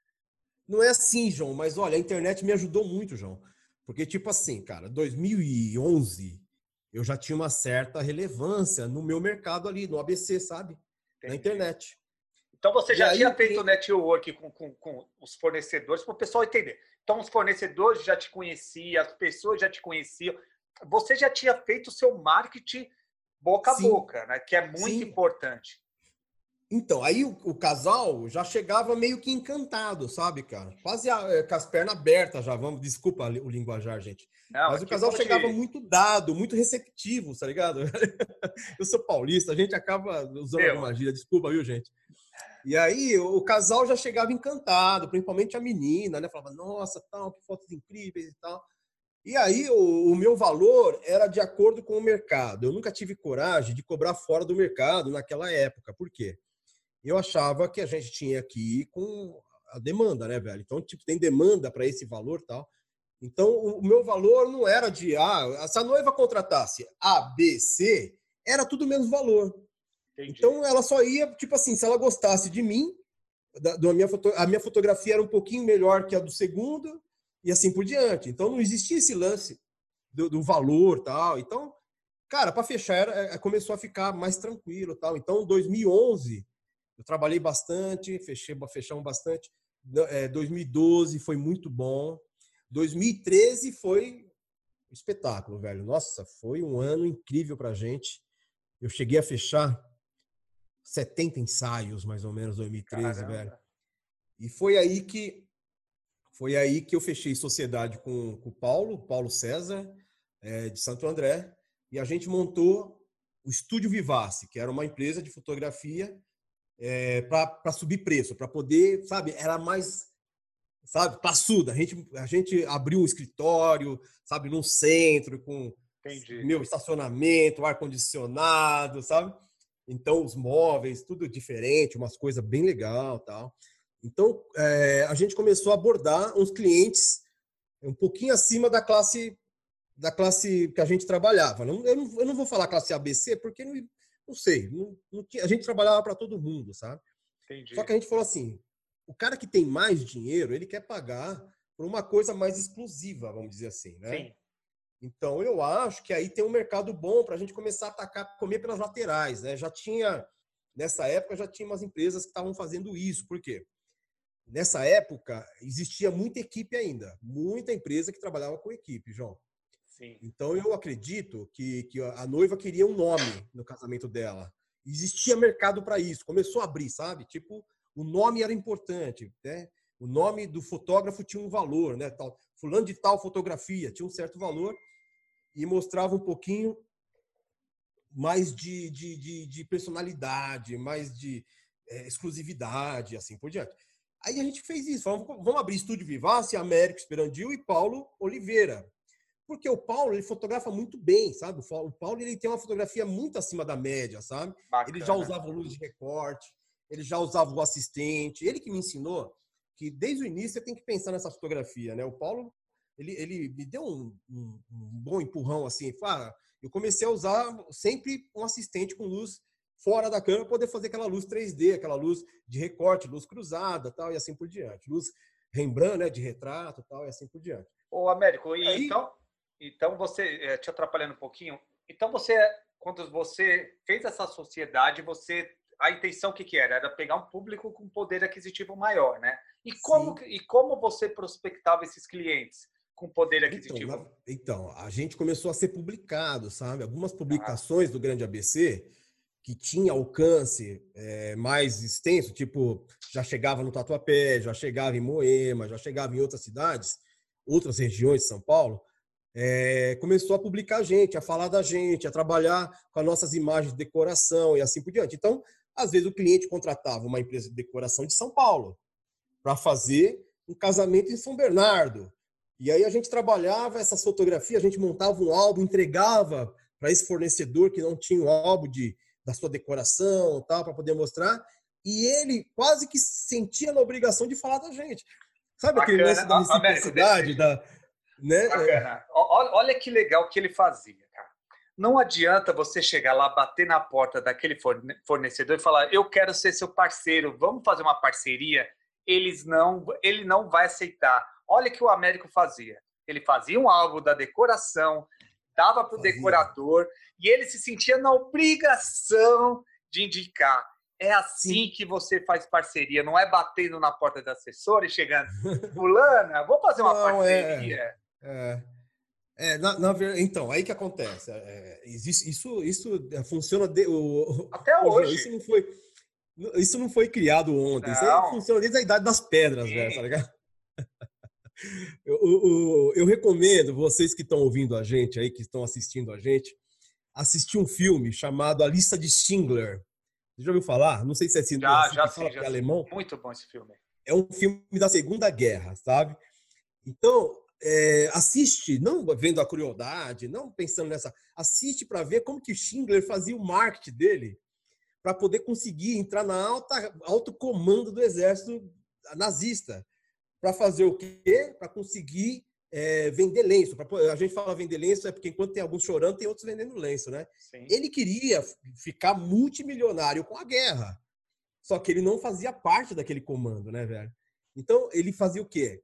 Não é assim, João, mas olha, a internet me ajudou muito, João. Porque, tipo assim, cara, dois mil e onze, eu já tinha uma certa relevância no meu mercado ali, no A B C, sabe? Entendi. Na internet. Então, você já e tinha aí, feito network com, com, com os fornecedores, para o pessoal entender. Então, os fornecedores já te conheciam, as pessoas já te conheciam. Você já tinha feito o seu marketing boca a Sim. boca, né? Que é muito Sim. importante. Então, aí o, o casal já chegava meio que encantado, sabe, cara? Quase a, com as pernas abertas já, vamos, desculpa o linguajar, gente. Não, Mas o casal chegava de... muito dado, muito receptivo, tá ligado? Eu sou paulista, a gente acaba usando Meu. alguma gíria, desculpa, viu, gente? E aí o casal já chegava encantado, principalmente a menina, né? Falava, nossa, tal, que fotos incríveis e tal. E aí o, o meu valor era de acordo com o mercado. Eu nunca tive coragem de cobrar fora do mercado naquela época. Por quê? Eu achava que a gente tinha que ir com a demanda, né, velho? Então, tipo, tem demanda para esse valor e tal. Então, o meu valor não era de, ah, se a noiva contratasse A, B, C, era tudo o mesmo valor. Entendi. Então, ela só ia, tipo assim, se ela gostasse de mim, da, da minha foto, a minha fotografia era um pouquinho melhor que a do segundo, e assim por diante. Então, não existia esse lance do, do valor e tal. Então, cara, para fechar, era, começou a ficar mais tranquilo tal. Então, dois mil e onze, eu trabalhei bastante, fechei, fechamos bastante. É, dois mil e doze foi muito bom. dois mil e treze foi um espetáculo, velho. Nossa, foi um ano incrível pra gente. Eu cheguei a fechar setenta ensaios, mais ou menos, dois mil e treze, Caramba. velho. E foi aí que foi aí que eu fechei sociedade com, com o Paulo, Paulo César, é, de Santo André, e a gente montou o Estúdio Vivace, que era uma empresa de fotografia é, para subir preço, para poder, sabe, era mais, sabe, passuda. A gente, a gente abriu um escritório, sabe, num centro, com Entendi. meu estacionamento, ar-condicionado, sabe? Então, os móveis, tudo diferente, umas coisas bem legal, tal. Então, é, a gente começou a abordar uns clientes um pouquinho acima da classe da classe que a gente trabalhava. Não, eu, não, eu não vou falar classe A B C, porque não, não sei. Não, não, a gente trabalhava para todo mundo, sabe? Entendi. Só que a gente falou assim, o cara que tem mais dinheiro, ele quer pagar por uma coisa mais exclusiva, vamos dizer assim, né? Sim. Então, eu acho que aí tem um mercado bom para a gente começar a atacar, comer pelas laterais, né? Já tinha, nessa época, já tinha umas empresas que estavam fazendo isso. Por quê? Nessa época, existia muita equipe ainda. Muita empresa que trabalhava com equipe, João. Sim. Então, eu acredito que, que a noiva queria um nome no casamento dela. Existia mercado para isso. Começou a abrir, sabe? Tipo, o nome era importante, né? O nome do fotógrafo tinha um valor, né? Tal. fulano de tal fotografia, tinha um certo valor e mostrava um pouquinho mais de, de, de, de personalidade, mais de é, exclusividade, assim por diante. Aí a gente fez isso, falamos, vamos abrir Estúdio Vivace, Américo Esperandil e Paulo Oliveira. Porque o Paulo, ele fotografa muito bem, sabe? O Paulo, ele tem uma fotografia muito acima da média, sabe? Bacana. Ele já usava luz de recorte, ele já usava o assistente. Ele que me ensinou que, desde o início, você tem que pensar nessa fotografia, né? O Paulo, ele, ele me deu um, um, um bom empurrão, assim. Ah, eu comecei a usar sempre um assistente com luz fora da câmera para poder fazer aquela luz três D, aquela luz de recorte, luz cruzada, tal, e assim por diante. Luz Rembrandt, né, de retrato, tal, e assim por diante. Ô, Américo, e aí, então... Então, você, te atrapalhando um pouquinho, então você, quando você fez essa sociedade, você, a intenção que, que era? Era pegar um público com poder aquisitivo maior, né? E como, e como você prospectava esses clientes com poder aquisitivo? Então, na, então, a gente começou a ser publicado, sabe? Algumas publicações ah. do Grande A B C, que tinha alcance é, mais extenso, tipo, já chegava no Tatuapé, já chegava em Moema, já chegava em outras cidades, outras regiões de São Paulo, É, começou a publicar a gente, a falar da gente, a trabalhar com as nossas imagens de decoração e assim por diante. Então, às vezes o cliente contratava uma empresa de decoração de São Paulo para fazer um casamento em São Bernardo. E aí a gente trabalhava essas fotografias, a gente montava um álbum, entregava para esse fornecedor que não tinha o álbum de, da sua decoração, tal, para poder mostrar. E ele quase que sentia na obrigação de falar da gente. Sabe aquele lance da reciprocidade, da... Né? Bacana. Olha que legal que ele fazia, cara. Não adianta você chegar lá, bater na porta daquele fornecedor e falar: eu quero ser seu parceiro, vamos fazer uma parceria. Eles não, ele não vai aceitar. Olha o que o Américo fazia. Ele fazia um álbum da decoração, dava para o decorador e ele se sentia na obrigação de indicar. É assim Sim. que você faz parceria, não é batendo na porta da assessora e chegando: fulana, vamos fazer uma não, parceria. É... É, é na, na, então, aí que acontece. É, existe, isso, isso funciona de, o, até o, hoje. Isso não, foi, isso não foi criado ontem. Não. Isso aí funciona desde a idade das pedras, velho, tá ligado? Eu, eu, eu recomendo vocês que estão ouvindo a gente aí, que estão assistindo a gente, assistir um filme chamado A Lista de Schindler. Você já ouviu falar? Não sei se é assim, já, assim já, que sim, fala, já que é alemão. Muito bom esse filme. É um filme da Segunda Guerra, sabe? Então, é, assiste, não vendo a crueldade, não pensando nessa... Assiste para ver como que Schindler fazia o marketing dele para poder conseguir entrar na alta, alto comando do exército nazista. Para fazer o quê? Para conseguir é, vender lenço. Pra, a gente fala vender lenço é porque enquanto tem alguns chorando, tem outros vendendo lenço, né? Sim. Ele queria ficar multimilionário com a guerra. Só que ele não fazia parte daquele comando, né, velho? Então, ele fazia o quê?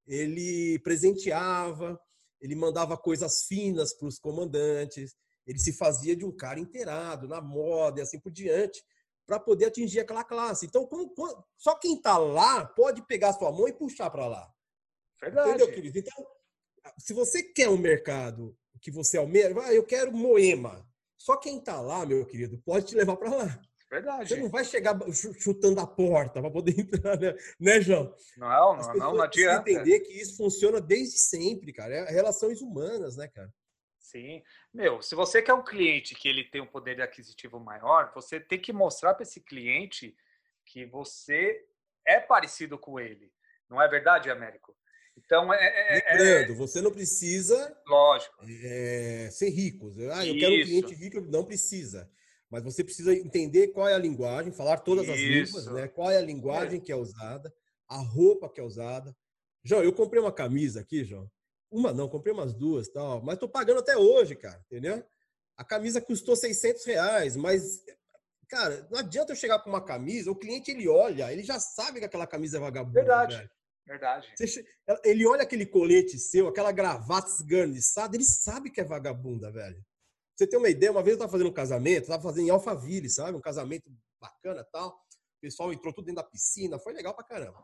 Ele presenteava, ele mandava coisas finas para os comandantes, ele se fazia de um cara inteirado, na moda e assim por diante, para poder atingir aquela classe. Então, como, como, só quem está lá pode pegar a sua mão e puxar para lá. Verdade. Entendeu, querido? Então, se você quer um mercado que você almeja, ah, eu quero Moema. Só quem está lá, meu querido, pode te levar para lá. Verdade. Você não vai chegar chutando a porta para poder entrar, né, né João? Não, não, não, não adianta. Entender que isso funciona desde sempre, cara. É relações humanas, né, cara? Sim. Meu, se você quer um cliente que ele tem um poder aquisitivo maior, você tem que mostrar para esse cliente que você é parecido com ele. Não é verdade, Américo? Então, é... Lembrando, é... você não precisa... Lógico. É, ser rico. Ah, eu quero um cliente rico. Não precisa. Mas você precisa entender qual é a linguagem, falar todas as línguas, né? Qual é a linguagem que é usada, a roupa que é usada. João, eu comprei uma camisa aqui, João. Uma não, comprei umas duas, tal, mas tô pagando até hoje, cara, entendeu? A camisa custou seiscentos reais, mas, cara, não adianta eu chegar com uma camisa, o cliente, ele olha, ele já sabe que aquela camisa é vagabunda. Verdade, velho. verdade. Você, ele olha aquele colete seu, aquela gravata esgarniçada, ele sabe que é vagabunda, velho. Pra você ter uma ideia, uma vez eu estava fazendo um casamento, estava fazendo em Alphaville, sabe? Um casamento bacana e tal. O pessoal entrou tudo dentro da piscina, foi legal pra caramba.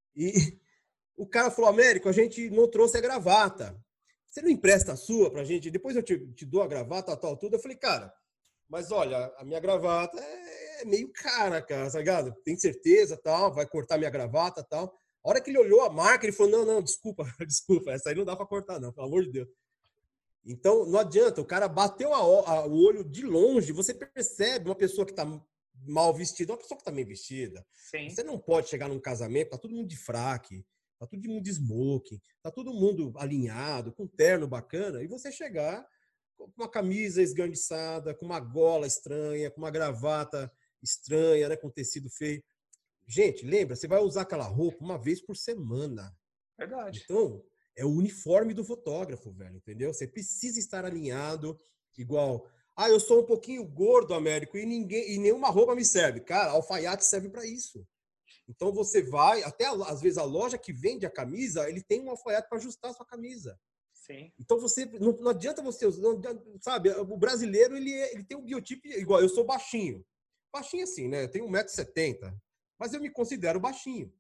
E o cara falou: Américo, a gente não trouxe a gravata. Você não empresta a sua pra gente? Depois eu te, te dou a gravata, tal, tudo. Eu falei: cara, mas olha, a minha gravata é meio cara, cara, tá ligado? Tem certeza, tal, vai cortar minha gravata, tal. A hora que ele olhou a marca, ele falou, não, não, desculpa, desculpa, essa aí não dá para cortar não, pelo amor de Deus. Então, não adianta, o cara bateu a, a, o olho de longe, você percebe uma pessoa que está mal vestida, uma pessoa que está bem vestida. Sim. Você não pode chegar num casamento, tá todo mundo de fraque, tá todo mundo de smoking, tá todo mundo alinhado, com um terno bacana, e você chegar com uma camisa esganiçada, com uma gola estranha, com uma gravata estranha, né, com tecido feio. Gente, lembra, você vai usar aquela roupa uma vez por semana. Verdade. Então, é o uniforme do fotógrafo, velho, entendeu? Você precisa estar alinhado, igual... Ah, eu sou um pouquinho gordo, Américo, e, ninguém, e nenhuma roupa me serve. Cara, alfaiate serve para isso. Então, você vai... Até, às vezes, a loja que vende a camisa, ele tem um alfaiate para ajustar a sua camisa. Sim. Então, você... Não, não adianta você... Não, sabe, o brasileiro, ele, ele tem um biotipo igual. Eu sou baixinho. Baixinho assim, né? Eu tenho um metro e setenta. Mas eu me considero baixinho.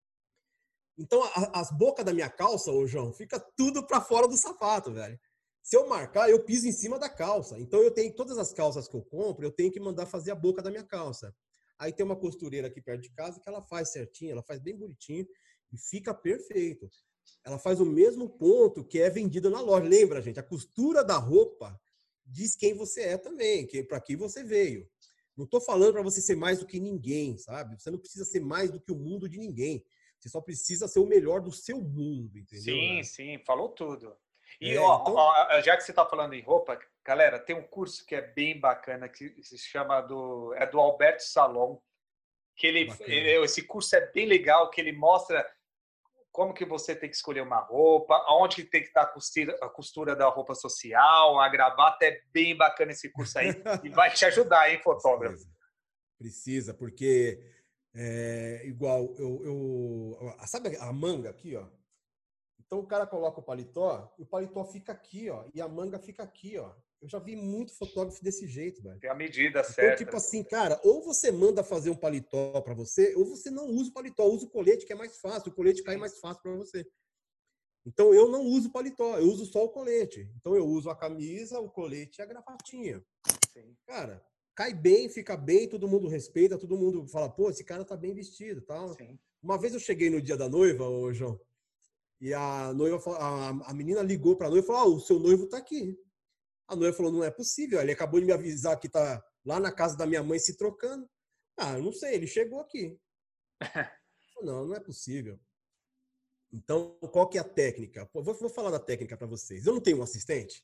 Então, a, as bocas da minha calça, ô João, fica tudo para fora do sapato, velho. Se eu marcar, eu piso em cima da calça. Então, eu tenho todas as calças que eu compro, eu tenho que mandar fazer a boca da minha calça. Aí tem uma costureira aqui perto de casa que ela faz certinho, ela faz bem bonitinho e fica perfeito. Ela faz o mesmo ponto que é vendido na loja. Lembra, gente? A costura da roupa diz quem você é também, que, para que você veio. Não estou falando para você ser mais do que ninguém, sabe? Você não precisa ser mais do que o mundo de ninguém. Você só precisa ser o melhor do seu mundo, entendeu? Sim, né? sim, falou tudo. E é, ó, então... ó, já que você está falando em roupa, galera, tem um curso que é bem bacana, que se chama do, é do Alberto Salom, que ele, ele, esse curso é bem legal, que ele mostra como que você tem que escolher uma roupa, aonde tem que estar a costura, a costura da roupa social, a gravata, é bem bacana esse curso aí, e vai te ajudar, hein, fotógrafo? Precisa, Precisa porque é igual, eu, eu, sabe a manga aqui, ó? Então o cara coloca o paletó, e o paletó fica aqui, ó, e a manga fica aqui, ó. Eu já vi muito fotógrafo desse jeito, velho. Tem a medida então, certa. Então, tipo assim, cara, ou você manda fazer um paletó para você, ou você não usa o paletó, usa o colete, que é mais fácil, o colete cai mais fácil para você. Então, eu não uso paletó, eu uso só o colete. Então, eu uso a camisa, o colete e a gravatinha. Sim. Cara, cai bem, fica bem, todo mundo respeita, todo mundo fala, pô, esse cara tá bem vestido, tal. Sim. Uma vez eu cheguei no dia da noiva, ô João, e a noiva, a, a menina ligou pra noiva e falou, ah, o seu noivo tá aqui. A noiva falou, não é possível, ele acabou de me avisar que tá lá na casa da minha mãe se trocando. Ah, eu não sei, ele chegou aqui. Falei, não, não é possível. Então, qual que é a técnica? Vou, vou falar da técnica para vocês. Eu não tenho um assistente?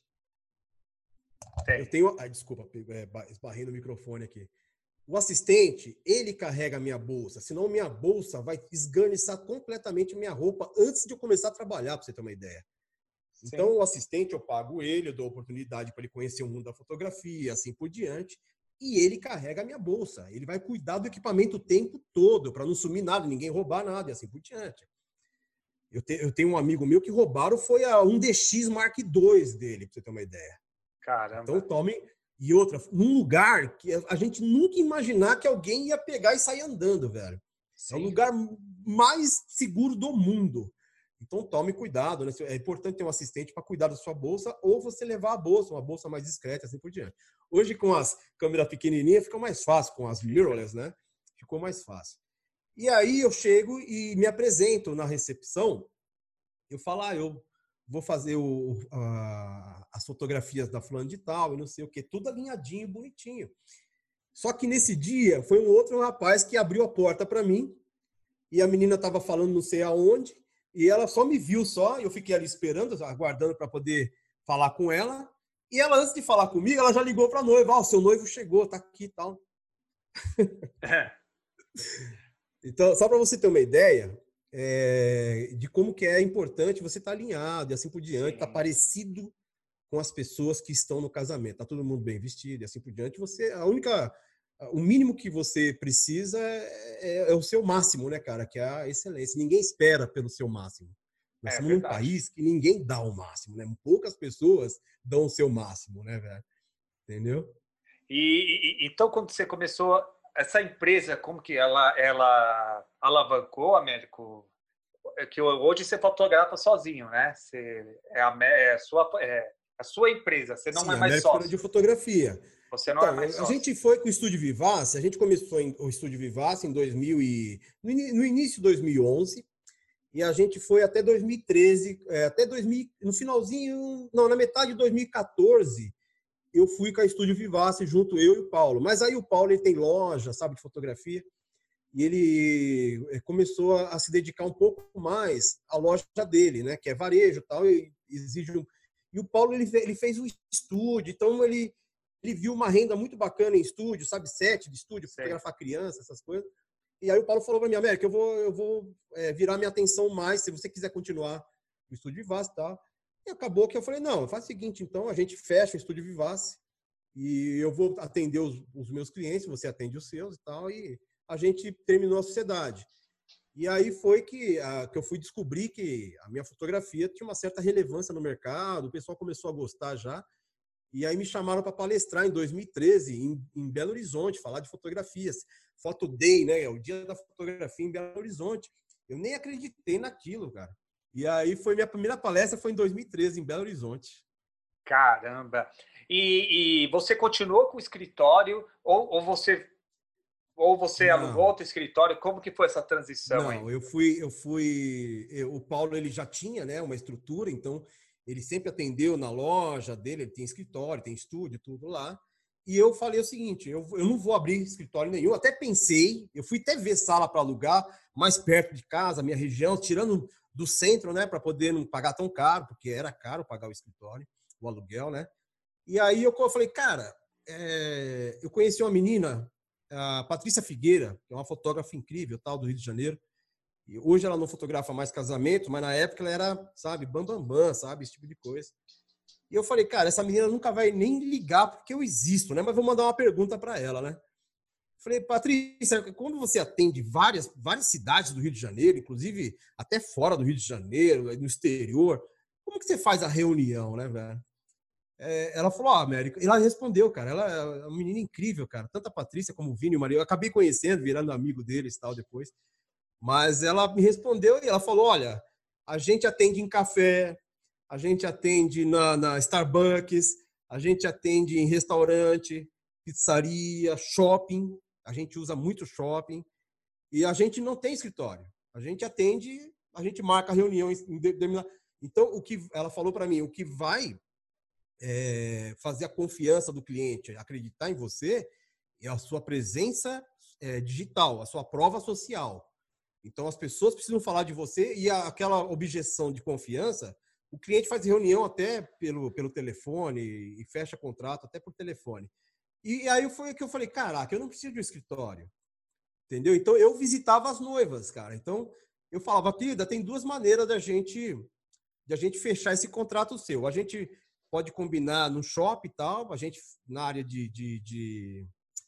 Tem. Eu tenho... Ai, desculpa, esbarrei no microfone aqui. O assistente, ele carrega a minha bolsa, senão minha bolsa vai esganiçar completamente minha roupa antes de eu começar a trabalhar, para você ter uma ideia. Sim. Então, o assistente, eu pago ele, eu dou oportunidade para ele conhecer o mundo da fotografia, assim por diante, e ele carrega a minha bolsa. Ele vai cuidar do equipamento o tempo todo, para não sumir nada, ninguém roubar nada, e assim por diante. Eu, te, eu tenho um amigo meu que roubaram, foi a um D X Mark dois dele, para você ter uma ideia. Caramba. Então, tomem... E outra, num lugar que a gente nunca imaginar que alguém ia pegar e sair andando, velho. Sim. É o lugar mais seguro do mundo. Então, tome cuidado, né? É importante ter um assistente para cuidar da sua bolsa ou você levar a bolsa, uma bolsa mais discreta, assim por diante. Hoje, com as câmeras pequenininhas, fica mais fácil, com as mirrorless, né? Ficou mais fácil. E aí, eu chego e me apresento na recepção. Eu falo, ah, eu... vou fazer o, a, as fotografias da fulana de tal e não sei o que, tudo alinhadinho, bonitinho. Só que nesse dia foi um outro rapaz que abriu a porta para mim e a menina estava falando não sei aonde e ela só me viu só, eu fiquei ali esperando, aguardando para poder falar com ela e ela, antes de falar comigo, ela já ligou para a noiva, ah, o seu noivo chegou, tá aqui e tal. Então, só para você ter uma ideia, É, de como que é importante você estar tá alinhado e assim por diante, estar tá parecido com as pessoas que estão no casamento. Tá todo mundo bem vestido e assim por diante. Você, a única, o mínimo que você precisa é, é, é o seu máximo, né, cara? Que é a excelência. Ninguém espera pelo seu máximo. Nós é, somos verdade. num país que ninguém dá o máximo, né? Poucas pessoas dão o seu máximo, né, velho? Entendeu? E, e então, quando você começou essa empresa, como que ela, ela alavancou, Américo? É que hoje você fotografa sozinho, né? Você, é, a, é, a sua, é a sua empresa, você não Sim, é mais América sócio. de fotografia. Você não então, é mais a sócio. gente foi com o Estúdio Vivace, a gente começou em, o Estúdio Vivace em dois mil e, no, no início de dois mil e onze, E a gente foi até dois mil e treze, é, até dois mil, no finalzinho, não, na metade de dois mil e quatorze, eu fui com a Estúdio Vivace junto, eu e o Paulo. Mas aí o Paulo, ele tem loja, sabe, de fotografia, e ele começou a se dedicar um pouco mais à loja dele, né, que é varejo e tal, e exige um... E o Paulo, ele, ele fez um estúdio, então ele, ele viu uma renda muito bacana em estúdio, sabe, set de estúdio, fotografar criança, essas coisas. E aí o Paulo falou para mim, América, eu vou, eu vou é, virar minha atenção mais, se você quiser continuar o Estúdio Vivace e tal. E acabou que eu falei, não, faz o seguinte, então, a gente fecha o Estúdio Vivace e eu vou atender os, os meus clientes, você atende os seus e tal, e a gente terminou a sociedade. E aí foi que, a, que eu fui descobrir que a minha fotografia tinha uma certa relevância no mercado, o pessoal começou a gostar já. E aí me chamaram para palestrar em dois mil e treze, em, em Belo Horizonte, falar de fotografias. Photo Day, né? O dia da fotografia em Belo Horizonte. Eu nem acreditei naquilo, cara. E aí foi minha primeira palestra, foi em dois mil e treze, em Belo Horizonte. Caramba! E, e você continuou com o escritório ou, ou você ou você Não. alugou outro escritório? Como que foi essa transição? Não, aí? eu fui, eu fui. Eu, o Paulo, ele já tinha, né, uma estrutura, então ele sempre atendeu na loja dele, ele tem escritório, tem estúdio, tudo lá. E eu falei o seguinte, eu, eu não vou abrir escritório nenhum. Até pensei, eu fui até ver sala para alugar mais perto de casa, minha região, tirando do centro, né, para poder não pagar tão caro, porque era caro pagar o escritório, o aluguel, né? E aí eu falei, cara, é, eu conheci uma menina, a Patrícia Figueira, que é uma fotógrafa incrível, tal, do Rio de Janeiro. E hoje ela não fotografa mais casamento, mas na época ela era, sabe, bambambam, bam, bam, sabe, esse tipo de coisa. E eu falei, cara, essa menina nunca vai nem ligar porque eu existo, né? Mas vou mandar uma pergunta para ela, né? Falei, Patrícia, quando você atende várias, várias cidades do Rio de Janeiro, inclusive até fora do Rio de Janeiro, no exterior, como que você faz a reunião, né, velho? É, ela falou, ó, oh, América, e ela respondeu, cara, ela é uma menina incrível, cara, tanto a Patrícia como o Vini e o Maria, eu acabei conhecendo, virando amigo deles e tal depois, mas ela me respondeu e ela falou, olha, a gente atende em café, a gente atende na, na Starbucks, a gente atende em restaurante, pizzaria, shopping, a gente usa muito shopping, e a gente não tem escritório, a gente atende, a gente marca reuniões, então o que ela falou para mim, o que vai É, fazer a confiança do cliente, acreditar em você, é a sua presença é, digital, a sua prova social. Então, as pessoas precisam falar de você e a, aquela objeção de confiança, o cliente faz reunião até pelo, pelo telefone e fecha contrato até por telefone. E aí foi que eu falei, caraca, eu não preciso de um escritório. Entendeu? Então, eu visitava as noivas, cara. Então, eu falava, querida, tem duas maneiras da gente, de a gente fechar esse contrato seu. A gente pode combinar no shopping e tal, a gente na área de, de, de,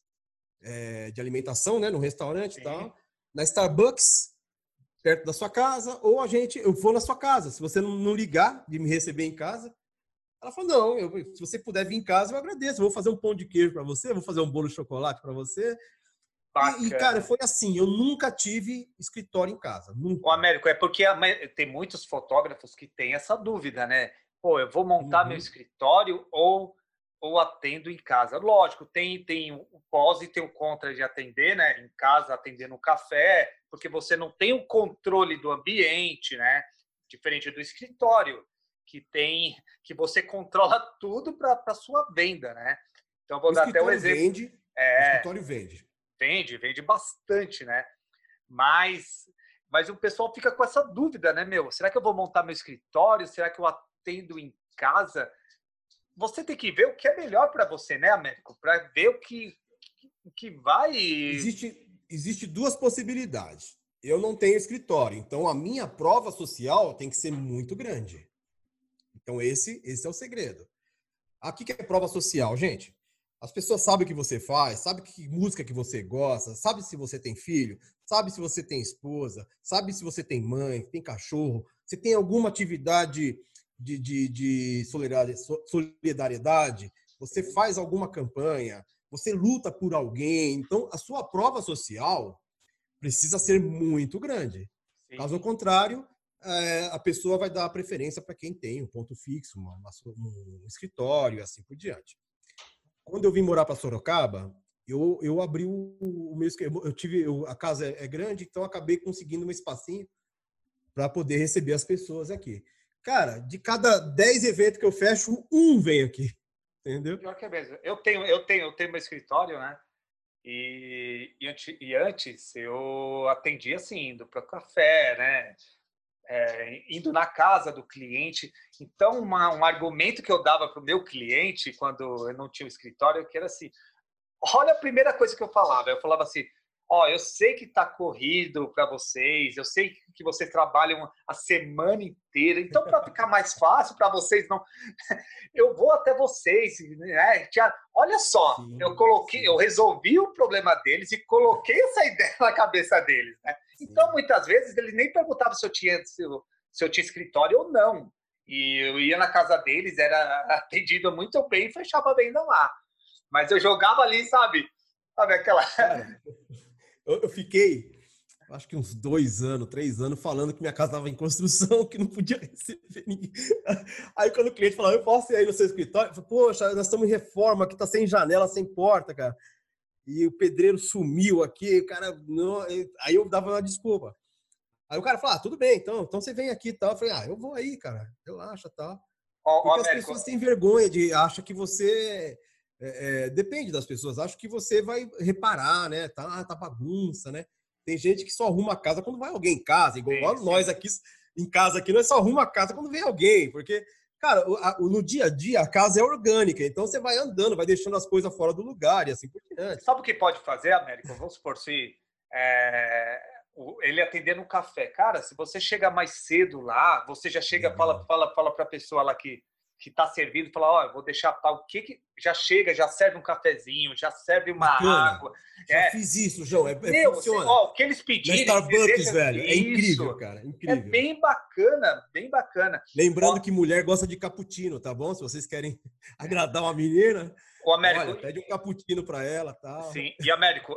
é, de alimentação, né, no restaurante e tal, na Starbucks, perto da sua casa, ou a gente, eu vou na sua casa, se você não ligar de me receber em casa. Ela falou, não, eu, se você puder vir em casa, eu agradeço, eu vou fazer um pão de queijo para você, vou fazer um bolo de chocolate para você. E, e, cara, foi assim, eu nunca tive escritório em casa, nunca. O Américo, é porque tem muitos fotógrafos que têm essa dúvida, né? Pô, eu vou montar uhum. meu escritório ou, ou atendo em casa? Lógico, tem, tem o pós e tem o contra de atender, né? Em casa, atender no café, porque você não tem o controle do ambiente, né? Diferente do escritório, que tem que você controla tudo para a sua venda, né? Então, vou o dar até um exemplo. Vende, é, o escritório vende. Vende, vende bastante, né? Mas, mas o pessoal fica com essa dúvida, né, meu? Será que eu vou montar meu escritório? Será que eu atendo em casa? Você tem que ver o que é melhor para você, né, Américo? Para ver o que, o que vai... Existe, existe duas possibilidades. Eu não tenho escritório, então a minha prova social tem que ser muito grande. Então esse, esse é o segredo. Aqui que é prova social, gente. As pessoas sabem o que você faz, sabem que música que você gosta, sabem se você tem filho, sabe se você tem esposa, sabe se você tem mãe, tem cachorro, se tem alguma atividade de, de, de solidariedade, você faz alguma campanha, você luta por alguém. Então, a sua prova social precisa ser muito grande. Sim. Caso contrário, é, a pessoa vai dar preferência para quem tem um ponto fixo, uma, um escritório e assim por diante. Quando eu vim morar para Sorocaba, eu, eu abri o, o meu escritório. Eu tive, eu, a casa é, é grande, então acabei conseguindo um espacinho para poder receber as pessoas aqui. Cara, de cada dez eventos que eu fecho, um vem aqui. Entendeu? Pior que é mesmo. Eu tenho, eu tenho, eu tenho meu escritório, né? E, e, e antes eu atendia assim, indo para o café, né? É, indo na casa do cliente. Então, uma, um argumento que eu dava para o meu cliente, quando eu não tinha o escritório, que era assim, olha a primeira coisa que eu falava. Eu falava assim, ó, oh, eu sei que está corrido para vocês, eu sei que vocês trabalham a semana inteira, então, para ficar mais fácil para vocês, não, eu vou até vocês, né? Olha só, sim, eu coloquei, sim. eu resolvi o problema deles e coloquei essa ideia na cabeça deles, né? Então, muitas vezes, eles nem perguntavam se eu tinha, se eu, se eu tinha escritório ou não. E eu ia na casa deles, era atendido muito bem e fechava a venda lá. Mas eu jogava ali, sabe? Sabe aquela... Cara, eu, eu fiquei, acho que uns dois anos, três anos, falando que minha casa estava em construção, que não podia receber ninguém. Aí, quando o cliente falava, eu posso ir aí no seu escritório? Eu falei, poxa, nós estamos em reforma, aqui tá sem janela, sem porta, cara. E o pedreiro sumiu aqui, o cara... Não... Aí eu dava uma desculpa. Aí o cara falou, ah, tudo bem, então, então você vem aqui e tal. Eu falei, ah, eu vou aí, cara, relaxa, tal. Ó, Porque ó, as Américo, pessoas têm vergonha de... Acham que você... É, é, depende das pessoas. Acham que você vai reparar, né? Tá, tá bagunça, né? Tem gente que só arruma a casa quando vai alguém em casa. Igual sim, nós sim. aqui, em casa aqui, nós só arruma a casa quando vem alguém. Porque, cara, o, a, o, no dia a dia, a casa é orgânica. Então, você vai andando, vai deixando as coisas fora do lugar e assim por diante. Sabe o que pode fazer, Américo? Vamos supor, se é, ele atender no café. Cara, se você chega mais cedo lá, você já chega, uhum. fala, fala, fala para a pessoa lá que que está servido, fala, ó, oh, eu vou deixar tal, o que que já chega, já serve um cafezinho, já serve uma Bacana. água. Já é. fiz isso, João, é, é Meu, funciona. Assim, ó, o que eles pedirem... Na Starbucks, velho, é incrível, cara, incrível. É bem bacana, bem bacana. Lembrando ó, que mulher gosta de cappuccino, tá bom? Se vocês querem agradar uma menina, o Américo, olha, pede um cappuccino para ela, tal. Sim, e Américo,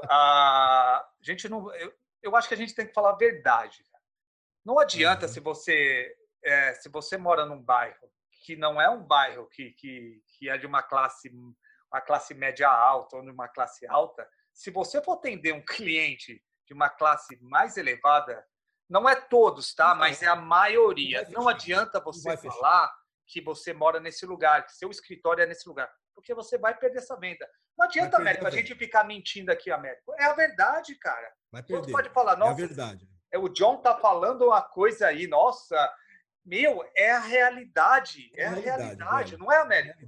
a gente não... Eu, eu acho que a gente tem que falar a verdade. Não adianta uhum. se você é, se você mora num bairro que não é um bairro que, que, que é de uma classe, uma classe média alta ou de uma classe alta, se você for atender um cliente de uma classe mais elevada, não é todos, tá? Não, mas é a maioria. Não, não adianta você não falar que você mora nesse lugar, que seu escritório é nesse lugar, porque você vai perder essa venda. Não adianta, Américo, a, a gente ficar mentindo aqui, Américo. É a verdade, cara. Vai perder. Você pode falar, nossa, é a verdade. O John tá falando uma coisa aí, nossa... Meu, é a realidade. É, é a realidade, realidade não é, Américo?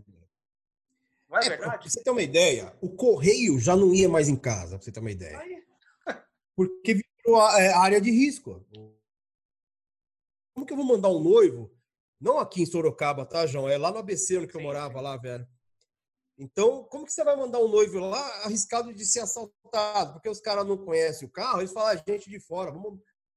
Não é, é verdade? Pra você ter uma ideia, o correio já não ia mais em casa, pra você ter uma ideia. Aí. Porque virou a, a área de risco. Como que eu vou mandar um noivo? Não aqui em Sorocaba, tá, João? É lá no A B C, onde que eu morava, sim. lá, velho. Então, como que você vai mandar um noivo lá arriscado de ser assaltado? Porque os caras não conhecem o carro, eles falam, ah, gente de fora, vamos...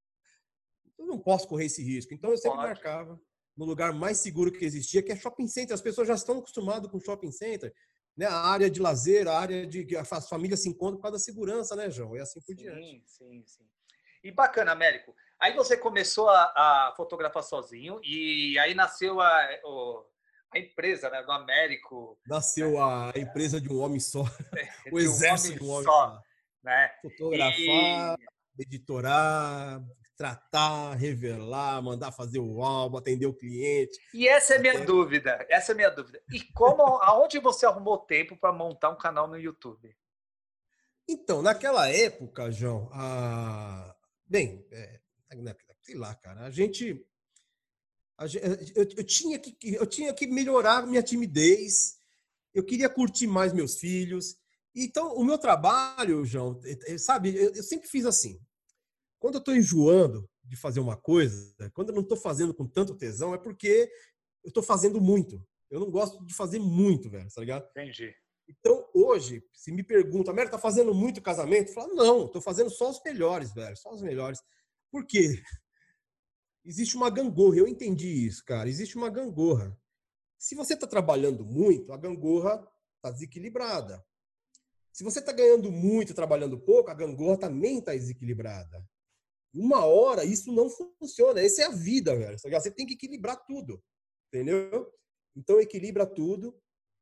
Eu não posso correr esse risco. Então, eu sempre Pode. marcava no lugar mais seguro que existia, que é shopping center. As pessoas já estão acostumadas com shopping center, né? A área de lazer, a área de que as famílias se encontram por causa da segurança, né, João? E assim por sim, diante. Sim, sim, sim. E bacana, Américo. Aí você começou a, a fotografar sozinho e aí nasceu a, a empresa, né, do Américo. Nasceu a empresa de um homem só. É, o exército de um homem só. só. Né? Fotografar, e... editorar... tratar, revelar, mandar fazer o álbum, atender o cliente. E essa é minha até... dúvida, essa é minha dúvida. E como, aonde você arrumou tempo para montar um canal no YouTube? Então, naquela época, João, a... bem, é... sei lá, cara, a gente, a gente eu, eu, tinha que, eu tinha que melhorar minha timidez, eu queria curtir mais meus filhos. Então, o meu trabalho, João, sabe, eu, eu sempre fiz assim. Quando eu estou enjoando de fazer uma coisa, quando eu não estou fazendo com tanto tesão, é porque eu estou fazendo muito. Eu não gosto de fazer muito, velho, tá ligado? Entendi. Então, hoje, se me perguntam, Américo, tá fazendo muito casamento? Eu falo, não, estou fazendo só os melhores, velho, só os melhores. Por quê? Existe uma gangorra, eu entendi isso, cara, existe uma gangorra. Se você está trabalhando muito, a gangorra está desequilibrada. Se você está ganhando muito e trabalhando pouco, a gangorra também está desequilibrada. Uma hora isso não funciona. Essa é a vida, velho. Você tem que equilibrar tudo. Entendeu? Então, equilibra tudo.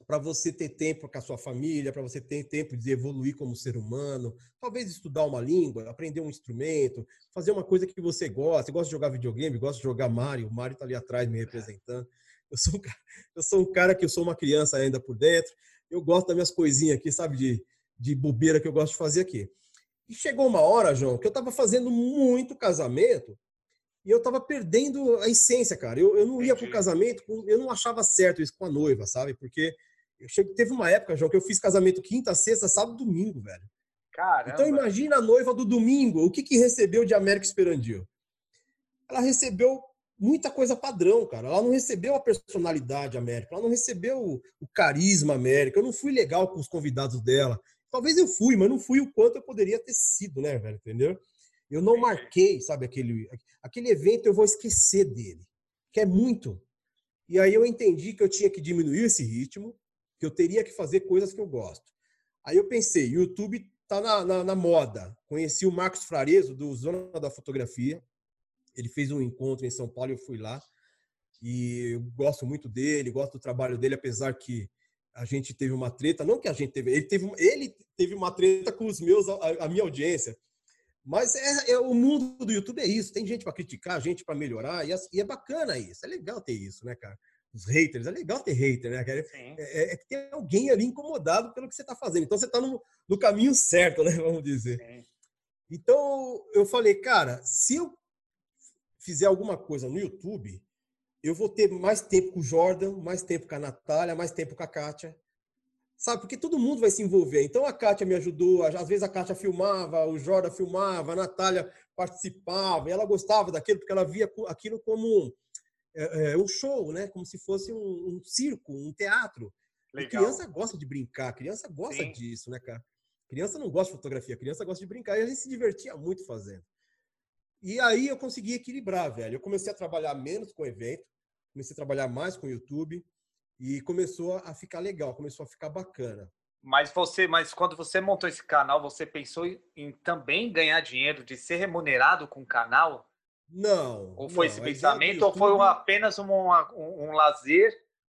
para você ter tempo com a sua família, para você ter tempo de evoluir como ser humano, talvez estudar uma língua, aprender um instrumento, fazer uma coisa que você gosta. Você gosta de jogar videogame, gosta de jogar Mario, o Mario está ali atrás me representando. Eu sou, um cara, eu sou um cara que eu sou uma criança ainda por dentro, eu gosto das minhas coisinhas aqui, sabe, de, de bobeira que eu gosto de fazer aqui. E chegou uma hora, João, que eu estava fazendo muito casamento e eu estava perdendo a essência, cara. Eu, eu não ia para o casamento, eu não achava certo isso com a noiva, sabe? Porque eu cheguei, teve uma época, João, que eu fiz casamento quinta, sexta, sábado, domingo, velho. Caramba. Então imagina a noiva do domingo, o que que recebeu de América Esperandio? Ela recebeu muita coisa padrão, cara. Ela não recebeu a personalidade América, ela não recebeu o, o carisma América. Eu não fui legal com os convidados dela. Talvez eu fui, mas não fui o quanto eu poderia ter sido, né, velho? Entendeu? Eu não marquei, sabe, aquele, aquele evento, eu vou esquecer dele, que é muito. E aí eu entendi que eu tinha que diminuir esse ritmo, que eu teria que fazer coisas que eu gosto. Aí eu pensei, YouTube tá na, na, na moda. Conheci o Marcos Frarezo, do Zona da Fotografia. Ele fez um encontro em São Paulo, eu fui lá. E eu gosto muito dele, gosto do trabalho dele, apesar que a gente teve uma treta. Não que a gente teve, ele teve, ele teve uma treta com os meus, a, a minha audiência. Mas é, é, o mundo do YouTube é isso. Tem gente para criticar, gente para melhorar. E é, e é bacana isso. É legal ter isso, né, cara? Os haters. É legal ter hater, né, cara? É, é que tem alguém ali incomodado pelo que você está fazendo. Então, você está no, no caminho certo, né? Vamos dizer. Sim. Então, eu falei, cara, se eu fizer alguma coisa no YouTube, eu vou ter mais tempo com o Jordan, mais tempo com a Natália, mais tempo com a Kátia. Sabe, porque todo mundo vai se envolver. Então a Kátia me ajudou, às vezes a Kátia filmava, o Jordan filmava, a Natália participava, e ela gostava daquilo porque ela via aquilo como é, é, um show, né? Como se fosse um, um circo, um teatro. Legal. E criança gosta de brincar, criança gosta Sim. disso, né, cara? Criança não gosta de fotografia, criança gosta de brincar, e a gente se divertia muito fazendo. E aí eu consegui equilibrar, velho. Eu comecei a trabalhar menos com o evento, comecei a trabalhar mais com o YouTube, e começou a ficar legal, começou a ficar bacana. Mas você, mas quando você montou esse canal, você pensou em também ganhar dinheiro, de ser remunerado com o canal? Não. Ou foi não, esse pensamento, YouTube... ou foi apenas um, um, um lazer?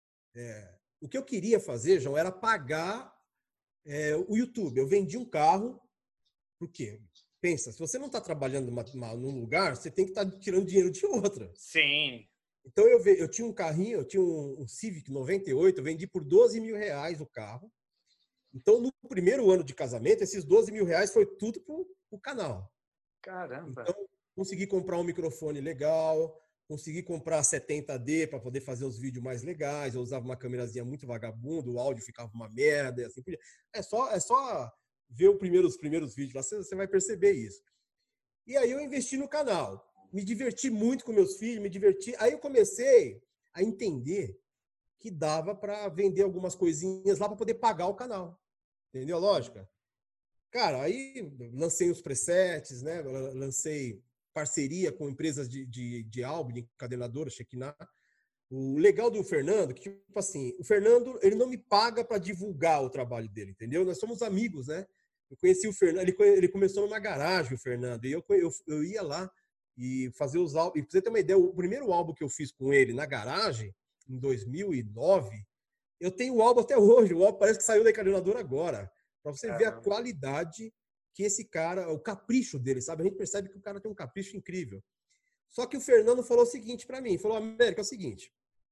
É, o que eu queria fazer, João, era pagar é, o YouTube. Eu vendi um carro, por quê? Pensa, se você não está trabalhando numa, numa, num lugar, você tem que estar tá tirando dinheiro de outra. Sim. Então, eu, eu tinha um carrinho, eu tinha um, um Civic noventa e oito, eu vendi por doze mil reais o carro. Então, no primeiro ano de casamento, esses doze mil reais foi tudo pro, pro canal. Caramba! Então, consegui comprar um microfone legal, consegui comprar setenta D para poder fazer os vídeos mais legais. Eu usava uma câmerazinha muito vagabunda, o áudio ficava uma merda e assim por diante. É só, é só ver o primeiro, os primeiros vídeos lá, você, você vai perceber isso. E aí eu investi no canal. Me diverti muito com meus filhos, me diverti. Aí eu comecei a entender que dava para vender algumas coisinhas lá para poder pagar o canal. Entendeu a lógica? Cara, aí lancei os presets, né? Lancei parceria com empresas de, de, de álbum, de encadenadora, Shekinah. O legal do Fernando, que tipo assim, o Fernando, ele não me paga para divulgar o trabalho dele, entendeu? Nós somos amigos, né? Eu conheci o Fernando, ele, ele começou numa garagem, o Fernando, e eu, eu, eu ia lá e fazer os álbuns. E pra você ter uma ideia, o primeiro álbum que eu fiz com ele na garagem, em dois mil e nove, eu tenho o álbum até hoje. O álbum parece que saiu da encadenadora agora. Para você Caramba. ver a qualidade que esse cara, o capricho dele, sabe? A gente percebe que o cara tem um capricho incrível. Só que o Fernando falou o seguinte para mim, falou, América, é o seguinte,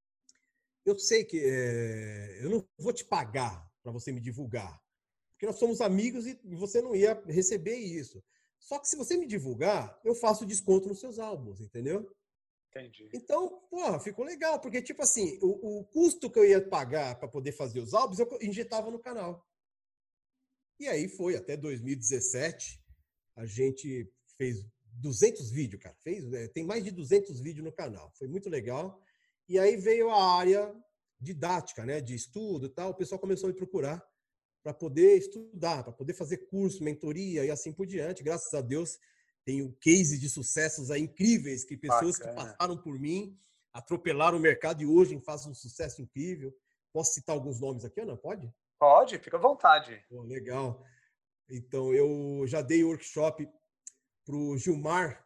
eu sei que é, eu não vou te pagar para você me divulgar, porque nós somos amigos e você não ia receber isso. Só que se você me divulgar, eu faço desconto nos seus álbuns, entendeu? Entendi. Então, porra, ficou legal, porque, tipo assim, o, o custo que eu ia pagar para poder fazer os álbuns, eu injetava no canal. E aí foi, até dois mil e dezessete, a gente fez duzentos vídeos, cara. Fez, é, tem mais de duzentos vídeos no canal. Foi muito legal. E aí veio a área didática, né, de estudo e tal. O pessoal começou a me procurar para poder estudar, para poder fazer curso, mentoria e assim por diante. Graças a Deus, tenho cases de sucessos aí incríveis, que pessoas Bacana. que passaram por mim, atropelaram o mercado e hoje fazem um sucesso incrível. Posso citar alguns nomes aqui ou não? Pode? Pode, fica à vontade. Pô, legal. Então, eu já dei workshop para o Gilmar,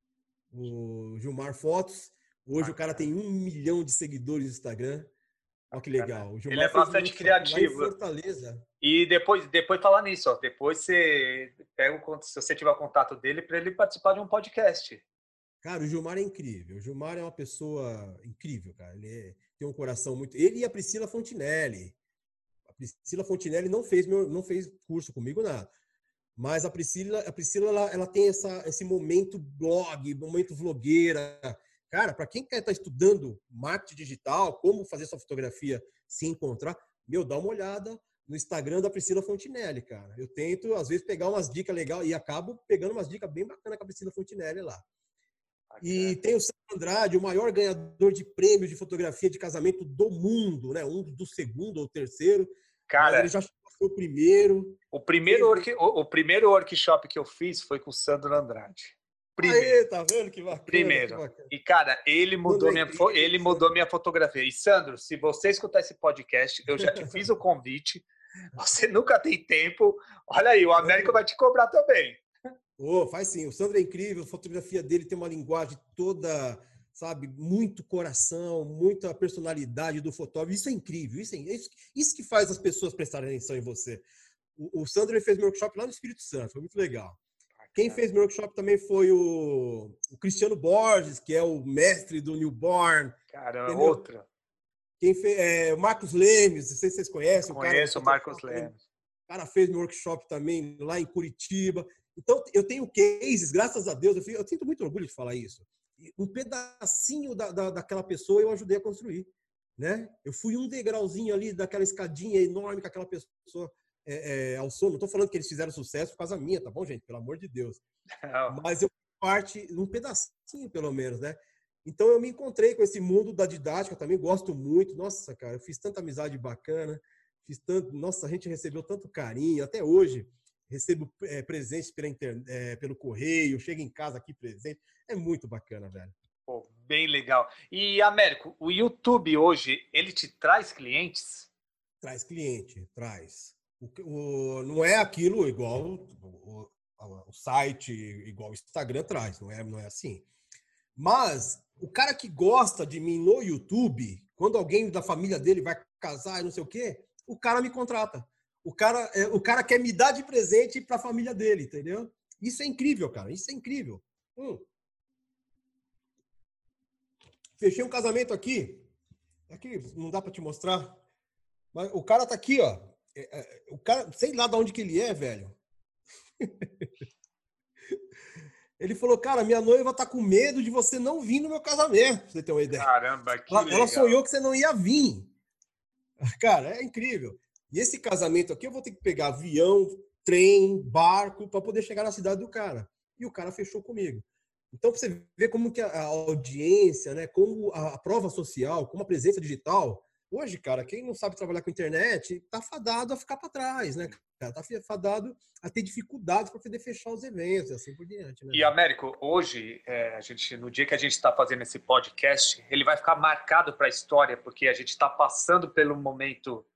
o Gilmar Fotos. Hoje Bacana. o cara tem um milhão de seguidores no Instagram. Olha que legal. O Ele é bastante criativo. Lá em Fortaleza. E depois, depois falar nisso, ó, depois você pega o, se você tiver o contato dele, para ele participar de um podcast. Cara, o Gilmar é incrível. O Gilmar é uma pessoa incrível, cara. Ele é, tem um coração muito... Ele e a Priscila Fontinelli. A Priscila Fontinelli não fez, meu, não fez curso comigo, nada. Mas a Priscila, a Priscila ela, ela tem essa, esse momento blog, momento vlogueira. Cara, para quem quer estar estudando marketing digital, como fazer sua fotografia se encontrar, meu, dá uma olhada no Instagram da Priscila Fontinelli, cara. Eu tento, às vezes, pegar umas dicas legais e acabo pegando umas dicas bem bacanas com a Priscila Fontinelli lá. E tem o Sandro Andrade, o maior ganhador de prêmios de fotografia de casamento do mundo, né? Um do segundo ou terceiro. Cara, ele já foi o primeiro. O primeiro, work, o, o primeiro workshop que eu fiz foi com o Sandro Andrade. Primeiro. Aê, tá vendo que bacana? Primeiro. Que bacana. E, cara, ele mudou, minha, ele mudou minha fotografia. E, Sandro, se você escutar esse podcast, eu já te fiz o convite. Você nunca tem tempo. Olha aí, o Américo vai te cobrar também. Oh, faz sim. O Sandro é incrível. A fotografia dele tem uma linguagem toda, sabe, muito coração, muita personalidade do fotógrafo. Isso é incrível. Isso, é, isso, isso que faz as pessoas prestarem atenção em você. O, o Sandro ele fez meu workshop lá no Espírito Santo. Foi muito legal. Quem fez meu workshop também foi o, o Cristiano Borges, que é o mestre do Newborn. Caramba, entendeu? Outra. Quem fez, é, o Marcos Lemes, não sei se vocês conhecem. Eu o conheço cara, o Marcos Lemes. O cara fez meu workshop também lá em Curitiba. Então, eu tenho cases, graças a Deus, eu, fico, eu sinto muito orgulho de falar isso. Um pedacinho da, da, daquela pessoa eu ajudei a construir. Né? Eu fui um degrauzinho ali daquela escadinha enorme que aquela pessoa... É, é, ao som, não estou falando que eles fizeram sucesso por causa minha, tá bom, gente? Pelo amor de Deus. Não. Mas eu parte num pedacinho, pelo menos, né? Então eu me encontrei com esse mundo da didática, também gosto muito. Nossa, cara, eu fiz tanta amizade bacana, fiz tanto, nossa, a gente recebeu tanto carinho, até hoje recebo é, presentes pela internet, é, pelo correio, chego em casa aqui presente, é muito bacana, velho. Pô, bem legal. E, Américo, o YouTube hoje, ele te traz clientes? Traz cliente, traz. O, o, não é aquilo igual o, o, o site, igual o Instagram traz, não é, não é assim. Mas o cara que gosta de mim no YouTube, quando alguém da família dele vai casar e não sei o quê, o cara me contrata. O cara, é, o cara quer me dar de presente para a família dele, entendeu? Isso é incrível, cara. Isso é incrível. Hum. Fechei um casamento aqui. Aqui não dá para te mostrar. Mas o cara tá aqui, ó. O cara, sei lá de onde que ele é, velho. Ele falou, cara, minha noiva tá com medo de você não vir no meu casamento, pra você ter uma ideia. Caramba, que ela, legal. Ela sonhou que você não ia vir. Cara, é incrível. E esse casamento aqui, eu vou ter que pegar avião, trem, barco, para poder chegar na cidade do cara. E o cara fechou comigo. Então, pra você ver como que a audiência, né, como a prova social, como a presença digital... Hoje, cara, quem não sabe trabalhar com internet tá fadado a ficar para trás, né? Tá fadado a ter dificuldades para poder fechar os eventos, assim por diante. Né? E, Américo, hoje, é, a gente, no dia que a gente está fazendo esse podcast, ele vai ficar marcado para a história, porque a gente está passando pelo momento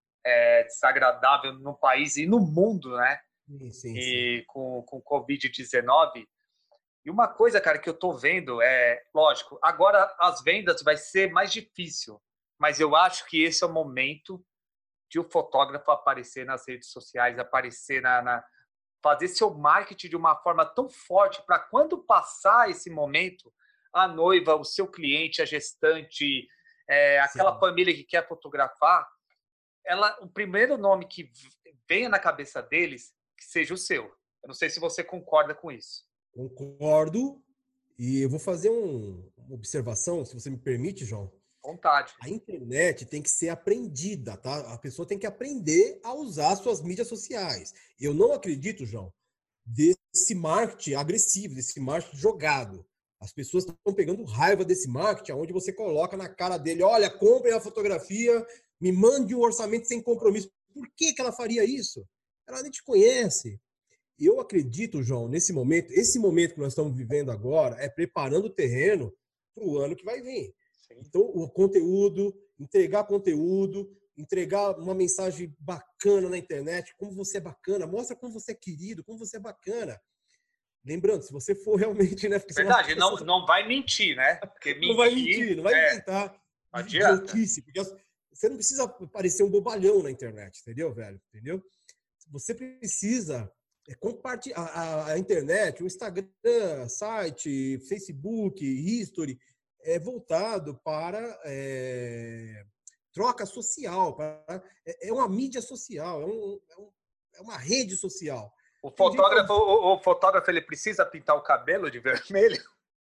é, desagradável no país e no mundo, né? Sim, sim, e sim. com o covid dezenove. E uma coisa, cara, que eu tô vendo é, lógico, agora as vendas vai ser mais difícil. Mas eu acho que esse é o momento de o fotógrafo aparecer nas redes sociais, aparecer na, na fazer seu marketing de uma forma tão forte para quando passar esse momento, a noiva, o seu cliente, a gestante, é, aquela família que quer fotografar, ela, o primeiro nome que venha na cabeça deles, que seja o seu. Eu não sei se você concorda com isso. Concordo. E eu vou fazer um, uma observação, se você me permite, João. Vontade. A internet tem que ser aprendida, tá? A pessoa tem que aprender a usar suas mídias sociais. Eu não acredito, João, desse marketing agressivo, desse marketing jogado. As pessoas estão pegando raiva desse marketing, onde você coloca na cara dele, olha, compre a fotografia, me mande um orçamento sem compromisso. Por que que ela faria isso? Ela nem te conhece. Eu acredito, João, nesse momento, esse momento que nós estamos vivendo agora é preparando o terreno para o ano que vai vir. Então, o conteúdo, entregar conteúdo, entregar uma mensagem bacana na internet, como você é bacana, mostra como você é querido, como você é bacana. Lembrando, se você for realmente... né? Verdade, não, não vai mentir, né? Porque mentir, não vai mentir, não vai é, inventar adianta. idiotice, porque as, você não precisa parecer um bobalhão na internet, entendeu, velho? Entendeu? Você precisa compartilhar a, a internet, o Instagram, site, Facebook, History, é voltado para é, troca social, para, é, é uma mídia social, é, um, é, um, é uma rede social. O fotógrafo, gente... o, o fotógrafo ele precisa pintar o cabelo de vermelho?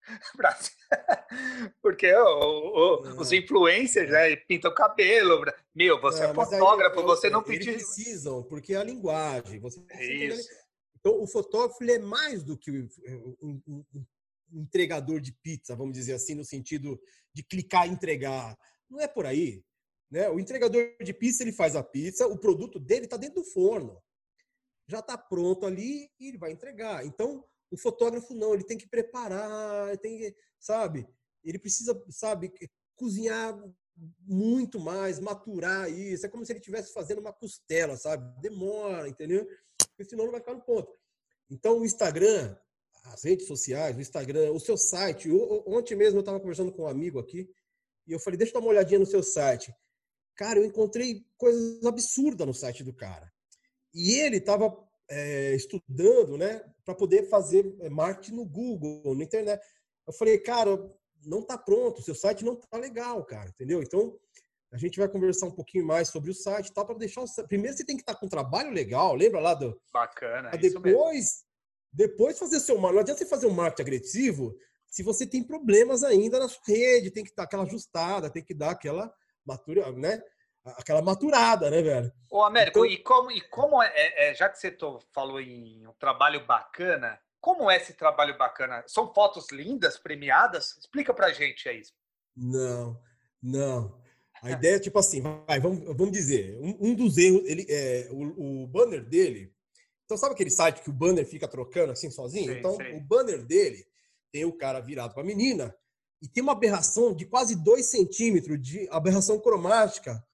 Porque o, o, não, os influencers, né, pintam o cabelo. Meu, você não, é fotógrafo, aí, você não precisa. Eles precisam, porque é a linguagem. Você Isso. Então, o fotógrafo ele é mais do que um, um, um, um entregador de pizza, vamos dizer assim, no sentido de clicar e entregar. Não é por aí. Né? O entregador de pizza, ele faz a pizza, o produto dele está dentro do forno. Já está pronto ali e ele vai entregar. Então, o fotógrafo não, ele tem que preparar, ele tem que, sabe? Ele precisa, sabe, cozinhar muito mais, maturar isso. É como se ele estivesse fazendo uma costela, sabe? Demora, entendeu? Porque senão não vai ficar no ponto. Então, o Instagram, as redes sociais, o Instagram, o seu site. Eu, ontem mesmo eu estava conversando com um amigo aqui e eu falei, deixa eu dar uma olhadinha no seu site. Cara, eu encontrei coisas absurdas no site do cara. E ele estava é, estudando, né, para poder fazer marketing no Google, na internet. Eu falei, cara, não está pronto, seu site não está legal, cara, entendeu? Então, a gente vai conversar um pouquinho mais sobre o site, tá? Para deixar o... Primeiro você tem que estar com um trabalho legal, lembra lá do... Bacana, depois, isso mesmo. Depois fazer seu marketing. Não adianta você fazer um marketing agressivo se você tem problemas ainda na sua rede, tem que dar aquela ajustada, tem que dar aquela matura, né? Aquela maturada, né, velho? Ô, Américo, então... e como, e como é, é, já que você tô, falou em um trabalho bacana, como é esse trabalho bacana? São fotos lindas, premiadas? Explica pra gente aí. Não, não. A ideia é tipo assim, vai, vamos, vamos dizer, um, um dos erros, ele, é, o, o banner dele, então sabe aquele site que o banner fica trocando assim sozinho? Sim, então, sim. O banner dele tem o cara virado pra menina e tem uma aberração de quase dois centímetros de aberração cromática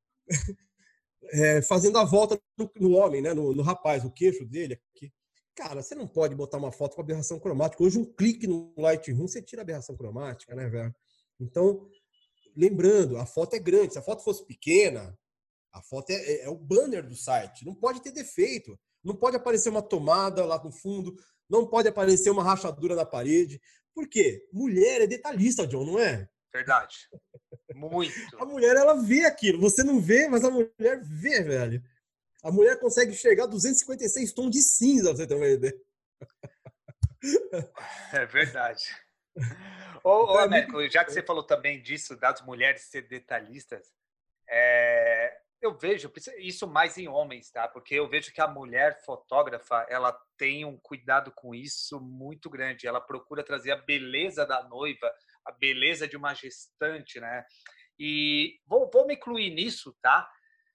é, fazendo a volta no, no homem, né? No, no rapaz, o queixo dele aqui. Cara, você não pode botar uma foto com aberração cromática. Hoje, um clique no Lightroom, você tira a aberração cromática, né, velho? Então, lembrando, a foto é grande. Se a foto fosse pequena, a foto é, é, é o banner do site. Não pode ter defeito. Não pode aparecer uma tomada lá no fundo. Não pode aparecer uma rachadura na parede. Por quê? Mulher é detalhista, John, não é? Verdade. Muito. A mulher, ela vê aquilo. Você não vê, mas a mulher vê, velho. A mulher consegue enxergar duzentos e cinquenta e seis tons de cinza, pra você ter uma ideia. É verdade. Ô, então, ô Américo, é muito... já que você falou também disso, das mulheres ser detalhistas, é... eu vejo isso mais em homens, tá? Porque eu vejo que a mulher fotógrafa, ela tem um cuidado com isso muito grande. Ela procura trazer a beleza da noiva, a beleza de uma gestante, né? E vou, vou me incluir nisso, tá?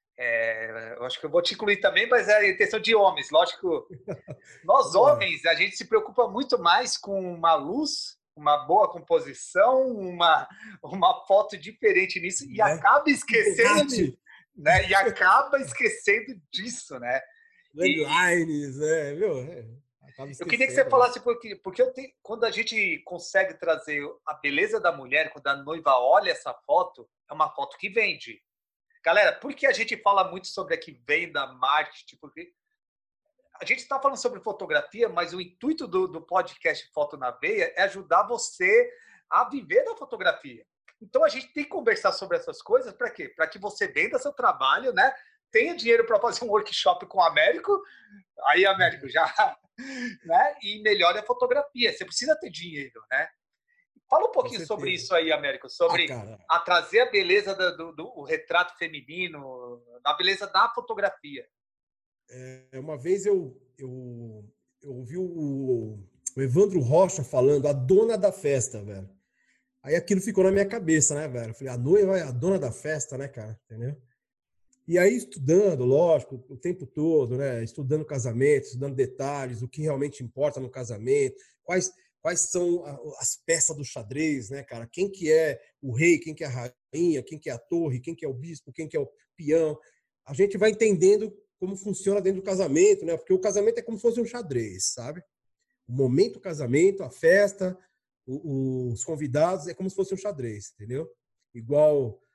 É, eu acho que eu vou te incluir também, mas é questão de homens. Lógico, nós homens, a gente se preocupa muito mais com uma luz, uma boa composição, uma, uma foto diferente nisso, e é. acaba esquecendo de, né? E acaba esquecendo disso, né? Lines, né? Meu, é. Eu queria que você falasse, porque, porque eu tenho, quando a gente consegue trazer a beleza da mulher, quando a noiva olha essa foto, é uma foto que vende. Galera, por que a gente fala muito sobre a que venda, marketing? Porque a gente está falando sobre fotografia, mas o intuito do, do podcast Foto na Veia é ajudar você a viver da fotografia. Então, a gente tem que conversar sobre essas coisas para quê? Para que você venda seu trabalho, né? Tenha dinheiro para fazer um workshop com o Américo, aí, Américo, já... né? E melhore a fotografia. Você precisa ter dinheiro, né? Fala um pouquinho sobre isso aí, Américo, sobre ah, a trazer a beleza do, do, do o retrato feminino, a beleza da fotografia. É, uma vez eu, eu, eu ouvi o, o Evandro Rocha falando, a dona da festa, velho. Aí aquilo ficou na minha cabeça, né, velho? Eu falei, a noiva é a dona da festa, né, cara? Entendeu? E aí, estudando, lógico, o tempo todo, né? Estudando casamento, estudando detalhes, o que realmente importa no casamento, quais, quais são as peças do xadrez, né, cara? Quem que é o rei, quem que é a rainha, quem que é a torre, quem que é o bispo, quem que é o peão. A gente vai entendendo como funciona dentro do casamento, né? Porque o casamento é como se fosse um xadrez, sabe? O momento do casamento, a festa, o, os convidados, é como se fosse um xadrez, entendeu? Igual...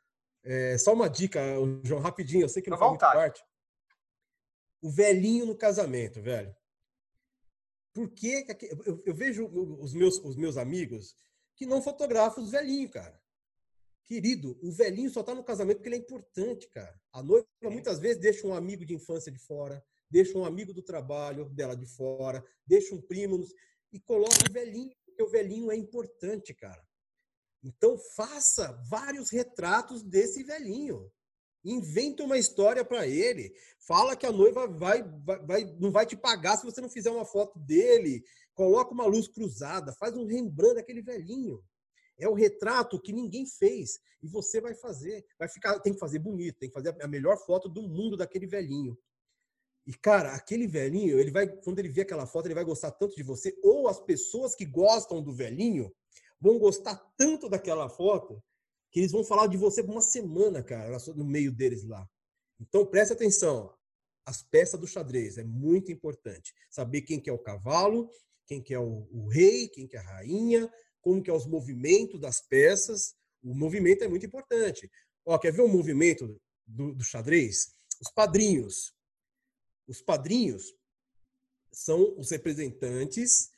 É, só uma dica, João, rapidinho, eu sei que não foi muito vontade. parte. O velhinho no casamento, velho. Por que que- eu, eu vejo os meus, os meus amigos que não fotografam os velhinhos, cara. Querido, o velhinho só tá no casamento porque ele é importante, cara. A noiva muitas vezes deixa um amigo de infância de fora, deixa um amigo do trabalho dela de fora, deixa um primo e coloca o velhinho, porque o velhinho é importante, cara. Então faça vários retratos desse velhinho. Inventa uma história para ele. Fala que a noiva vai, vai, vai, não vai te pagar se você não fizer uma foto dele. Coloca uma luz cruzada. Faz um Rembrandt daquele velhinho. É o retrato que ninguém fez. E você vai fazer. Vai ficar, tem que fazer bonito. Tem que fazer a melhor foto do mundo daquele velhinho. E, cara, aquele velhinho, ele vai, quando ele vê aquela foto, ele vai gostar tanto de você. Ou as pessoas que gostam do velhinho vão gostar tanto daquela foto que eles vão falar de você por uma semana, cara, no meio deles lá. Então, preste atenção. As peças do xadrez é muito importante. Saber quem que é o cavalo, quem que é o, o rei, quem que é a rainha, como que é os movimentos das peças. O movimento é muito importante. Ó, quer ver o movimento do, do xadrez? Os padrinhos. Os padrinhos são os representantes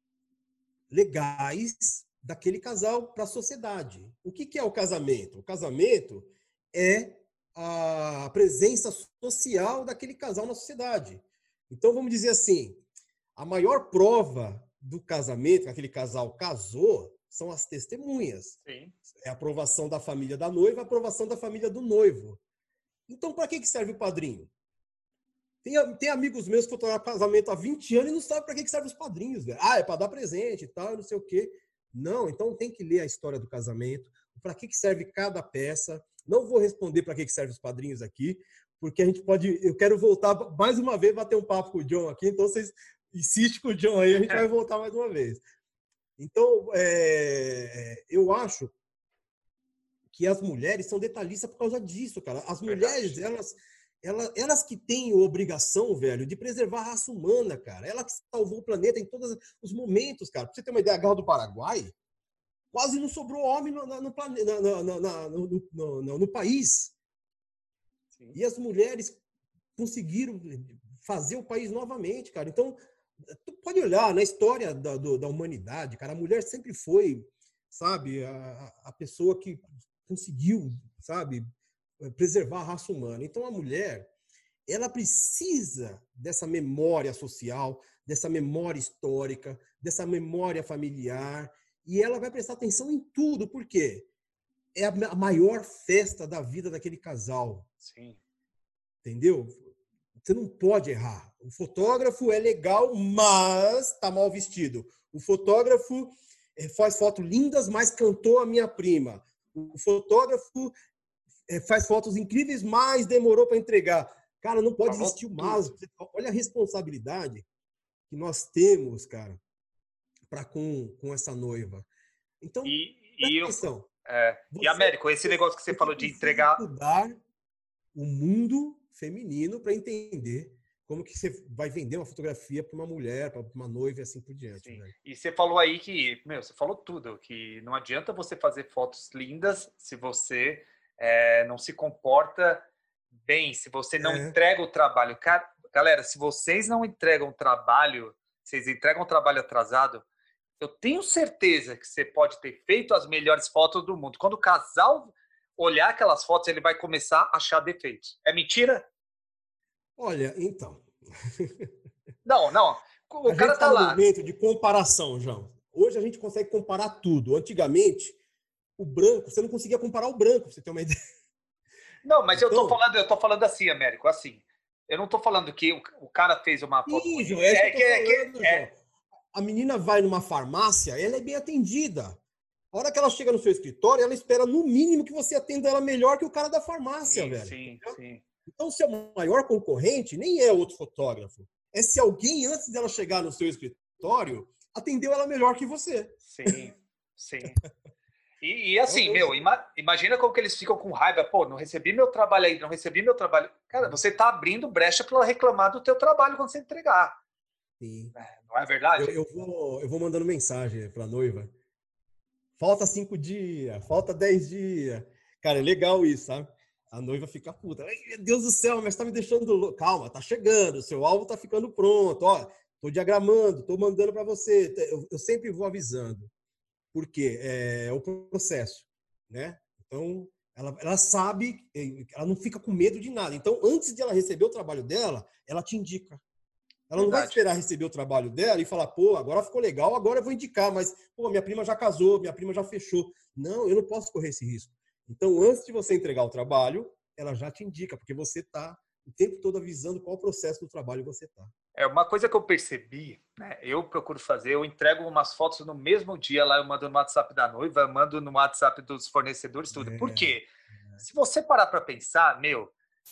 legais daquele casal para a sociedade. O que, que é o casamento? O casamento é a presença social daquele casal na sociedade. Então, vamos dizer assim, a maior prova do casamento, que aquele casal casou, são as testemunhas. Sim. É a aprovação da família da noiva, a aprovação da família do noivo. Então, para que serve o padrinho? Tem, tem amigos meus que fotografam casamento há vinte anos e não sabem para que servem os padrinhos. Velho. Ah, é para dar presente e tal, não sei o quê. Não, então tem que ler a história do casamento, para que serve cada peça. Não vou responder para que servem os padrinhos aqui, porque a gente pode... Eu quero voltar mais uma vez, bater um papo com o John aqui, então vocês insistem com o John aí, a gente vai voltar mais uma vez. Então, é, eu acho que as mulheres são detalhistas por causa disso, cara. As mulheres, elas... Elas, elas que têm a obrigação, velho, de preservar a raça humana, cara. Ela que salvou o planeta em todos os momentos, cara. Pra você ter uma ideia, a Guerra do Paraguai, quase não sobrou homem no, no, no, no, no, no, no país. Sim. E as mulheres conseguiram fazer o país novamente, cara. Então, tu pode olhar na história da, do, da humanidade, cara. A mulher sempre foi, sabe, a, a pessoa que conseguiu, sabe, preservar a raça humana. Então, a mulher, ela precisa dessa memória social, dessa memória histórica, dessa memória familiar, e ela vai prestar atenção em tudo, porque é a maior festa da vida daquele casal. Sim. Entendeu? Você não pode errar. O fotógrafo é legal, mas está mal vestido. O fotógrafo faz fotos lindas, mas cantou a minha prima. O fotógrafo faz fotos incríveis, mas demorou para entregar. Cara, não pode Falou existir o mas. Olha a responsabilidade que nós temos, cara, para com, com essa noiva. Então, e, e, atenção. É, e, Américo, esse negócio que você, você falou de entregar... estudar o mundo feminino para entender como que você vai vender uma fotografia para uma mulher, para uma noiva e assim por diante. Né? E você falou aí que, meu, você falou tudo, que não adianta você fazer fotos lindas se você é, não se comporta bem, se você não é. entrega o trabalho. Cara, galera, se vocês não entregam o trabalho, vocês entregam o trabalho atrasado, eu tenho certeza que você pode ter feito as melhores fotos do mundo. Quando o casal olhar aquelas fotos, ele vai começar a achar defeitos. É mentira? Olha, então... Não, não. O a cara gente tá, tá no lá. momento de comparação, João. Hoje a gente consegue comparar tudo. Antigamente, o branco, você não conseguia comparar o branco, pra você ter uma ideia. Não, mas então... eu tô falando, eu tô falando assim, Américo, assim. Eu não tô falando que o, o cara fez uma foto Sim, bonita. João, é, é, que, é, falando, que, é... A menina vai numa farmácia, ela é bem atendida. A hora que ela chega no seu escritório, ela espera no mínimo que você atenda ela melhor que o cara da farmácia, sim, velho. Sim, sim. Então, o seu maior concorrente nem é outro fotógrafo. É se alguém, antes dela chegar no seu escritório, atendeu ela melhor que você. Sim, sim. E, e assim, meu, ima, imagina como que eles ficam com raiva. Pô, não recebi meu trabalho aí, não recebi meu trabalho. Cara, você tá abrindo brecha para ela reclamar do teu trabalho quando você entregar. Sim. Não é verdade? Eu, eu, vou, eu vou mandando mensagem pra noiva. Falta cinco dias, falta dez dias. Cara, é legal isso, sabe? A noiva fica puta. Ai, meu Deus do céu, mas tá me deixando louco. Calma, tá chegando, seu alvo tá ficando pronto. Ó, tô diagramando, tô mandando para você. Eu, eu sempre vou avisando. Por quê? É o processo, né? Então, ela, ela sabe, ela não fica com medo de nada. Então, antes de ela receber o trabalho dela, ela te indica. Ela não vai Verdade. esperar receber o trabalho dela e falar, pô, agora ficou legal, agora eu vou indicar, mas, pô, minha prima já casou, minha prima já fechou. Não, eu não posso correr esse risco. Então, antes de você entregar o trabalho, ela já te indica, porque você está o tempo todo avisando qual processo do trabalho você está. É uma coisa que eu percebi, né? Eu procuro fazer, eu entrego umas fotos no mesmo dia lá, eu mando no WhatsApp da noiva, eu mando no WhatsApp dos fornecedores, tudo. É, Por quê? é. Se você parar para pensar, meu,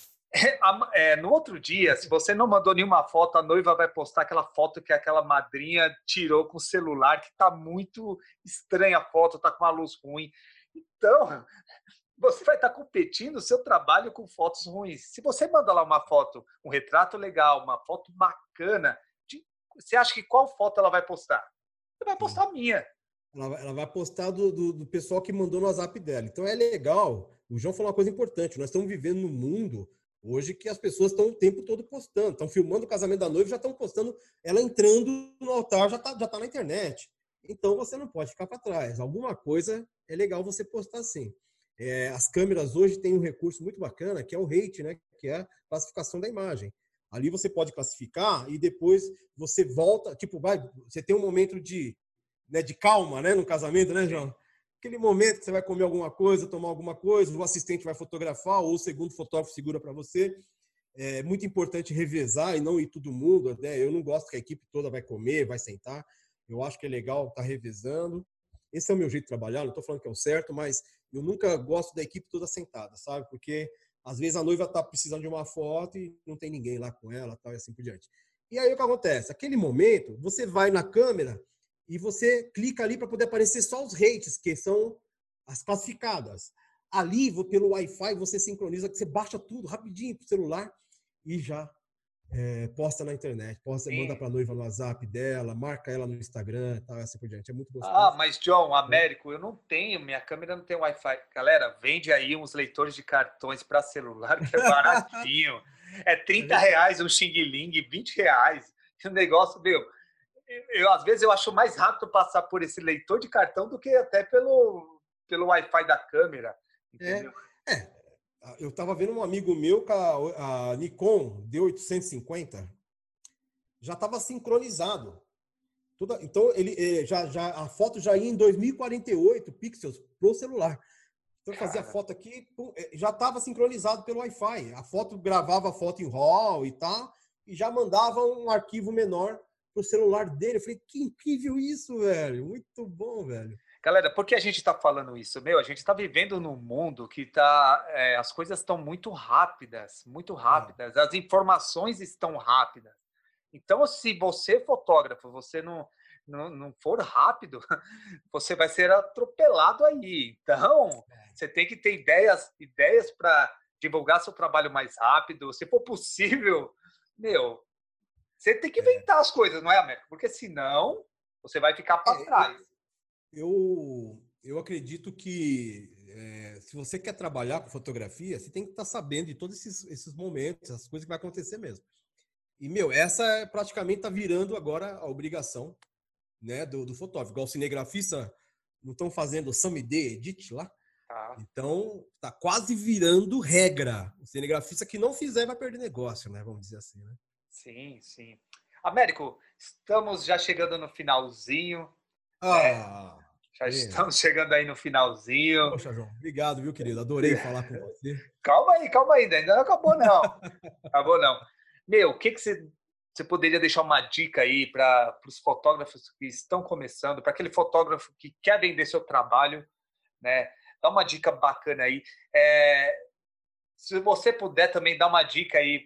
é, no outro dia, se você não mandou nenhuma foto, a noiva vai postar aquela foto que aquela madrinha tirou com o celular, que tá muito estranha a foto, tá com uma luz ruim. Então, você vai estar competindo o seu trabalho com fotos ruins. Se você manda lá uma foto, um retrato legal, uma foto bacana, de, você acha que qual foto ela vai postar? Você vai postar a minha. Ela, ela vai postar do, do, do pessoal que mandou no WhatsApp dela. Então é legal. O João falou uma coisa importante. Nós estamos vivendo num mundo hoje que as pessoas estão o tempo todo postando. Estão filmando o casamento da noiva, já estão postando ela entrando no altar, já está já tá na internet. Então você não pode ficar para trás. Alguma coisa é legal você postar sim. É, as câmeras hoje têm um recurso muito bacana, que é o rate, né? Que é a classificação da imagem. Ali você pode classificar e depois você volta, tipo, vai, você tem um momento de, né, de calma, né, no casamento, né, João? Aquele momento que você vai comer alguma coisa, tomar alguma coisa, o assistente vai fotografar ou o segundo fotógrafo segura para você. É muito importante revezar e não ir todo mundo, né? Eu não gosto que a equipe toda vai comer, vai sentar. Eu acho que é legal estar revezando. Esse é o meu jeito de trabalhar, não estou falando que é o certo, mas eu nunca gosto da equipe toda sentada, sabe? Porque às vezes a noiva está precisando de uma foto e não tem ninguém lá com ela, tal, e assim por diante. E aí o que acontece? Aquele momento, você vai na câmera e você clica ali para poder aparecer só os rates, que são as classificadas. Ali, pelo Wi-Fi, você sincroniza, você baixa tudo rapidinho para o celular e já é, posta na internet, posta, manda para a noiva no WhatsApp dela, marca ela no Instagram, tal, assim por diante. É muito Ah, gostoso. mas John, Américo, eu não tenho, minha câmera não tem Wi-Fi. Galera, vende aí uns leitores de cartões para celular, que é baratinho. É trinta reais um Xing Ling, vinte reais. O negócio, meu, eu, às vezes eu acho mais rápido passar por esse leitor de cartão do que até pelo, pelo Wi-Fi da câmera, entendeu? É, é. Eu estava vendo um amigo meu com a, a Nikon D oitocentos e cinquenta, já estava sincronizado. Toda, então, ele, já, já, a foto já ia em dois mil e quarenta e oito pixels para o celular. Então, eu fazia a foto aqui, já estava sincronizado pelo Wi-Fi. A foto gravava a foto em RAW e tal, e já mandava um arquivo menor para o celular dele. Eu falei, que incrível isso, velho. Muito bom, velho. Galera, por que a gente está falando isso? Meu, a gente está vivendo num mundo que tá, é, as coisas estão muito rápidas, muito rápidas, as informações estão rápidas. Então, se você, fotógrafo, você não, não, não for rápido, você vai ser atropelado aí. Então, você tem que ter ideias, ideias para divulgar seu trabalho mais rápido. Se for possível, meu, você tem que inventar as coisas, não é, Américo? Porque senão você vai ficar para trás. Eu, eu acredito que é, se você quer trabalhar com fotografia, você tem que estar sabendo de todos esses, esses momentos, as coisas que vai acontecer mesmo. E, meu, essa praticamente está virando agora a obrigação, né, do, do fotógrafo. Igual o cinegrafista não estão fazendo o Sami D Edit lá? Tá. Então, tá quase virando regra. O cinegrafista que não fizer vai perder negócio, né? Vamos dizer assim, né? Sim, sim. Américo, estamos já chegando no finalzinho. Ah, né? Já pena. estamos chegando aí no finalzinho. Poxa, João, obrigado, viu, querido? Adorei falar com você. Calma aí, calma aí, ainda não acabou não. Acabou não. Meu, o que, que você, você poderia deixar uma dica aí para os fotógrafos que estão começando, para aquele fotógrafo que quer vender seu trabalho, né? Dá uma dica bacana aí. É, se você puder também dar uma dica aí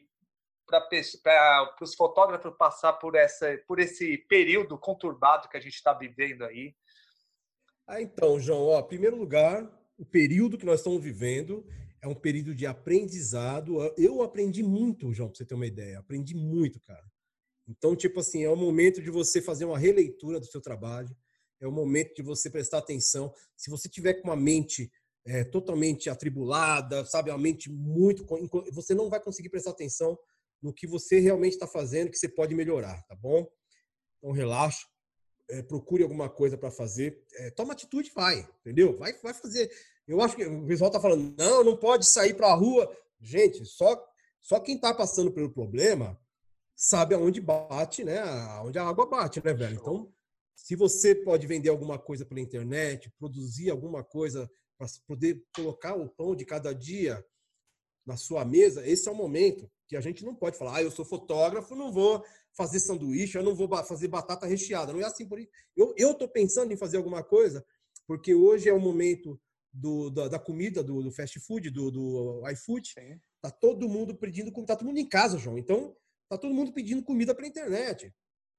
para os fotógrafos passar por, essa, por esse período conturbado que a gente está vivendo aí. Ah, então, João, ó, em primeiro lugar, o período que nós estamos vivendo é um período de aprendizado. Eu aprendi muito, João, para você ter uma ideia. Aprendi muito, cara. Então, tipo assim, é o momento de você fazer uma releitura do seu trabalho. É o momento de você prestar atenção. Se você tiver com uma mente é, totalmente atribulada, sabe? A mente muito... Você não vai conseguir prestar atenção no que você realmente está fazendo, que você pode melhorar, tá bom? Então, relaxa. É, procure alguma coisa para fazer. É, toma atitude, vai, entendeu? Vai, vai fazer. Eu acho que o pessoal está falando, não, não pode sair para a rua. Gente, só, só quem está passando pelo problema sabe aonde bate, né? Aonde a água bate, né, velho? Então, se você pode vender alguma coisa pela internet, produzir alguma coisa para poder colocar o pão de cada dia na sua mesa, esse é o momento que a gente não pode falar, ah, eu sou fotógrafo, não vou fazer sanduíche, eu não vou fazer batata recheada. Não é assim por isso. Eu eu tô pensando em fazer alguma coisa, porque hoje é o momento do, da, da comida, do, do fast food, do, do iFood. Sim. Tá todo mundo pedindo comida, tá todo mundo em casa, João. Então, tá todo mundo pedindo comida pela internet.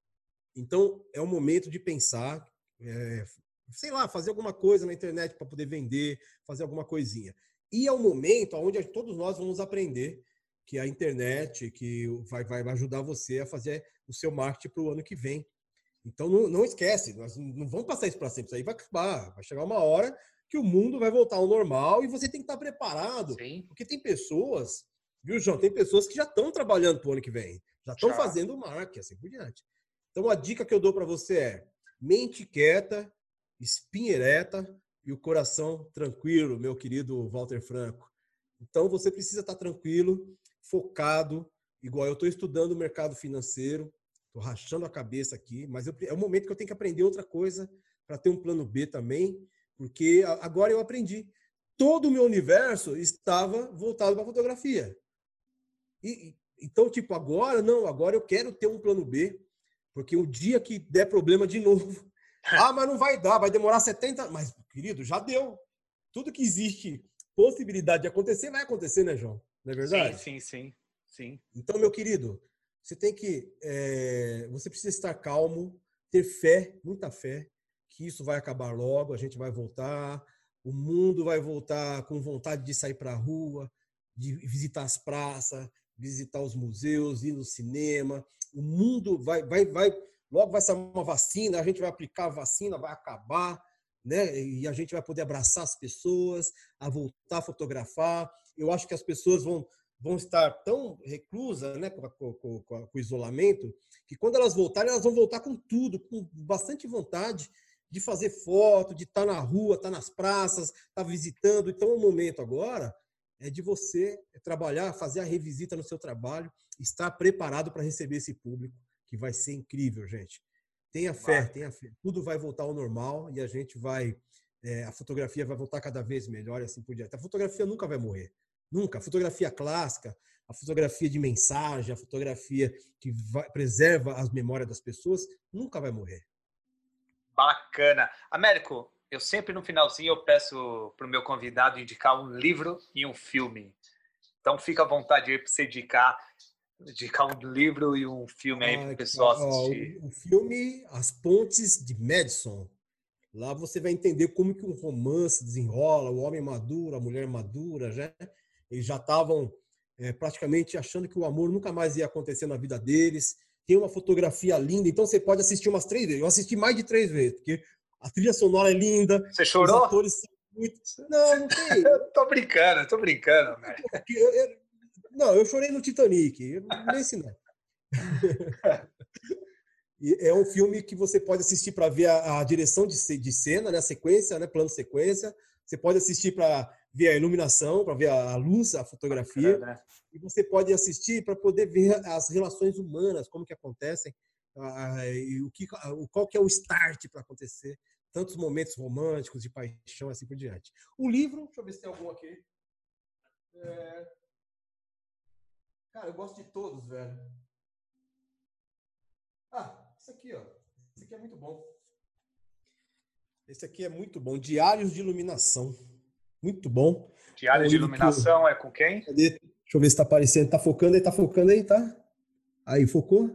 Então, é o momento de pensar, é, sei lá, fazer alguma coisa na internet para poder vender, fazer alguma coisinha. E é o momento onde todos nós vamos aprender que a internet que vai, vai ajudar você a fazer o seu marketing para o ano que vem. Então, não, não esquece, nós não vamos passar isso para sempre, isso aí vai acabar. Vai chegar uma hora que o mundo vai voltar ao normal e você tem que estar preparado. Sim. Porque tem pessoas, viu, João? Tem pessoas que já estão trabalhando para o ano que vem, já estão fazendo marketing, assim por diante. Então, a dica que eu dou para você é mente quieta, espinha ereta e o coração tranquilo, meu querido Walter Franco. Então, você precisa estar tranquilo, focado, igual eu estou estudando o mercado financeiro, estou rachando a cabeça aqui, mas eu, é o momento que eu tenho que aprender outra coisa para ter um plano B também, porque agora eu aprendi. Todo o meu universo estava voltado para a fotografia. E, então, tipo, agora, não, agora eu quero ter um plano B, porque o dia que der problema de novo, ah, mas não vai dar, vai demorar setenta anos. Mas, querido, já deu. Tudo que existe possibilidade de acontecer, vai acontecer, né, João? Não é verdade? Sim, sim, sim. sim. Então, meu querido, você tem que... É, você precisa estar calmo, ter fé, muita fé, que isso vai acabar logo, a gente vai voltar, o mundo vai voltar com vontade de sair para a rua, de visitar as praças, visitar os museus, ir no cinema. O mundo vai... vai, vai logo vai sair uma vacina, a gente vai aplicar a vacina, vai acabar, né? E a gente vai poder abraçar as pessoas, a voltar a fotografar. Eu acho que as pessoas vão, vão estar tão reclusas, né, com, com, com, com o isolamento, que quando elas voltarem, elas vão voltar com tudo, com bastante vontade de fazer foto, de estar na rua, estar nas praças, estar visitando. Então, o momento agora é de você trabalhar, fazer a revisita no seu trabalho, estar preparado para receber esse público, que vai ser incrível, gente. Tenha fé, vai. tenha fé. Tudo vai voltar ao normal e a gente vai... É, a fotografia vai voltar cada vez melhor e assim por diante. A fotografia nunca vai morrer. Nunca. A fotografia clássica, a fotografia de mensagem, a fotografia que vai, preserva as memórias das pessoas, nunca vai morrer. Bacana. Américo, eu sempre no finalzinho eu peço para o meu convidado indicar um livro e um filme. Então fica à vontade aí para você indicar... indicar um livro e um filme aí para o pessoal assistir. O, o filme As Pontes de Madison. Lá você vai entender como que um romance desenrola, o homem maduro, a mulher madura, já, eles já estavam é, praticamente achando que o amor nunca mais ia acontecer na vida deles. Tem uma fotografia linda, então você pode assistir umas três vezes. Eu assisti mais de três vezes, porque a trilha sonora é linda. Você chorou? Os atores são muito... Não, não tem. Eu tô brincando, tô brincando, velho. Eu, eu, não, eu chorei no Titanic, nesse não. É um filme que você pode assistir para ver a, a direção de, de cena, né, a sequência, né, plano sequência. Você pode assistir para ver a iluminação, para ver a, a luz, a fotografia. É, né? E você pode assistir para poder ver as relações humanas, como que acontecem, a, e o que, a, qual que é o start para acontecer. Tantos momentos românticos, de paixão, assim por diante. O livro, deixa eu ver se tem algum aqui. É... Cara, eu gosto de todos, velho. Ah, esse aqui, ó. Esse aqui é muito bom. Esse aqui é muito bom. Diários de Iluminação. Muito bom. Diário é um de Iluminação que... é com quem? Cadê? Deixa eu ver se tá aparecendo. Tá focando aí, tá focando aí, tá? Aí, focou?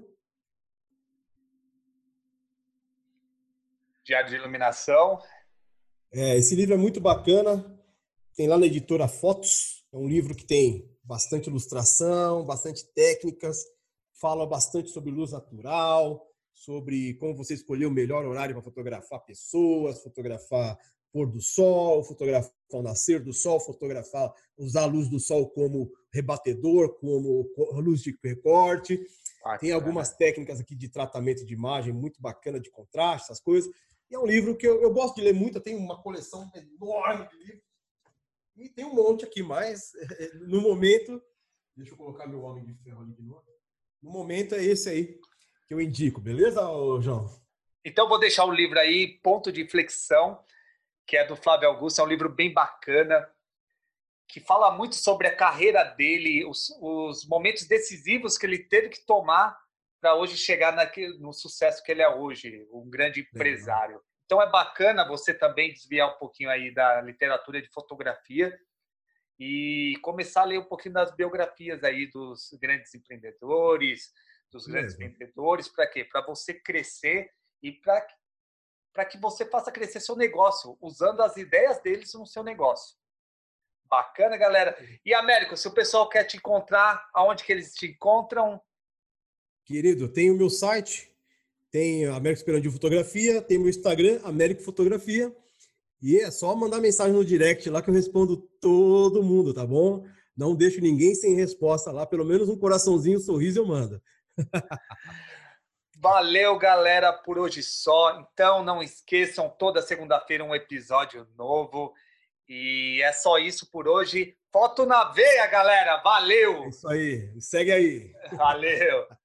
Diário de Iluminação. É, esse livro é muito bacana. Tem lá na editora Fotos. É um livro que tem bastante ilustração, bastante técnicas. Fala bastante sobre luz natural, sobre como você escolher o melhor horário para fotografar pessoas, fotografar pôr do sol, fotografar o nascer do sol, fotografar, usar a luz do sol como rebatedor, como luz de recorte. Bacana. Tem algumas técnicas aqui de tratamento de imagem muito bacana, de contraste, essas coisas. E é um livro que eu, eu gosto de ler muito, eu tenho uma coleção enorme de livros. E tem um monte aqui, mas no momento... Deixa eu colocar meu homem de ferro ali de novo. No momento é esse aí que eu indico, beleza, João? Então vou deixar o livro aí, Ponto de Inflexão, que é do Flávio Augusto, é um livro bem bacana, que fala muito sobre a carreira dele, os, os momentos decisivos que ele teve que tomar para hoje chegar naquele, no sucesso que ele é hoje, um grande empresário. Legal. Então é bacana você também desviar um pouquinho aí da literatura de fotografia e começar a ler um pouquinho das biografias aí dos grandes empreendedores, dos grandes Mesmo. vendedores, para quê? Para você crescer e para para que você faça crescer seu negócio, usando as ideias deles no seu negócio. Bacana, galera. E, Américo, se o pessoal quer te encontrar, aonde que eles te encontram? Querido, tem o meu site, tem a Américo Esperandil Fotografia, tem meu Instagram, Américo Fotografia, e é só mandar mensagem no direct lá que eu respondo todo mundo, tá bom? Não deixo ninguém sem resposta lá, pelo menos um coraçãozinho, um sorriso eu mando. Valeu, galera, por hoje só. Então, não esqueçam, toda segunda-feira um episódio novo. E é só isso por hoje. Foto na veia, galera. Valeu! É isso aí. Segue aí. Valeu!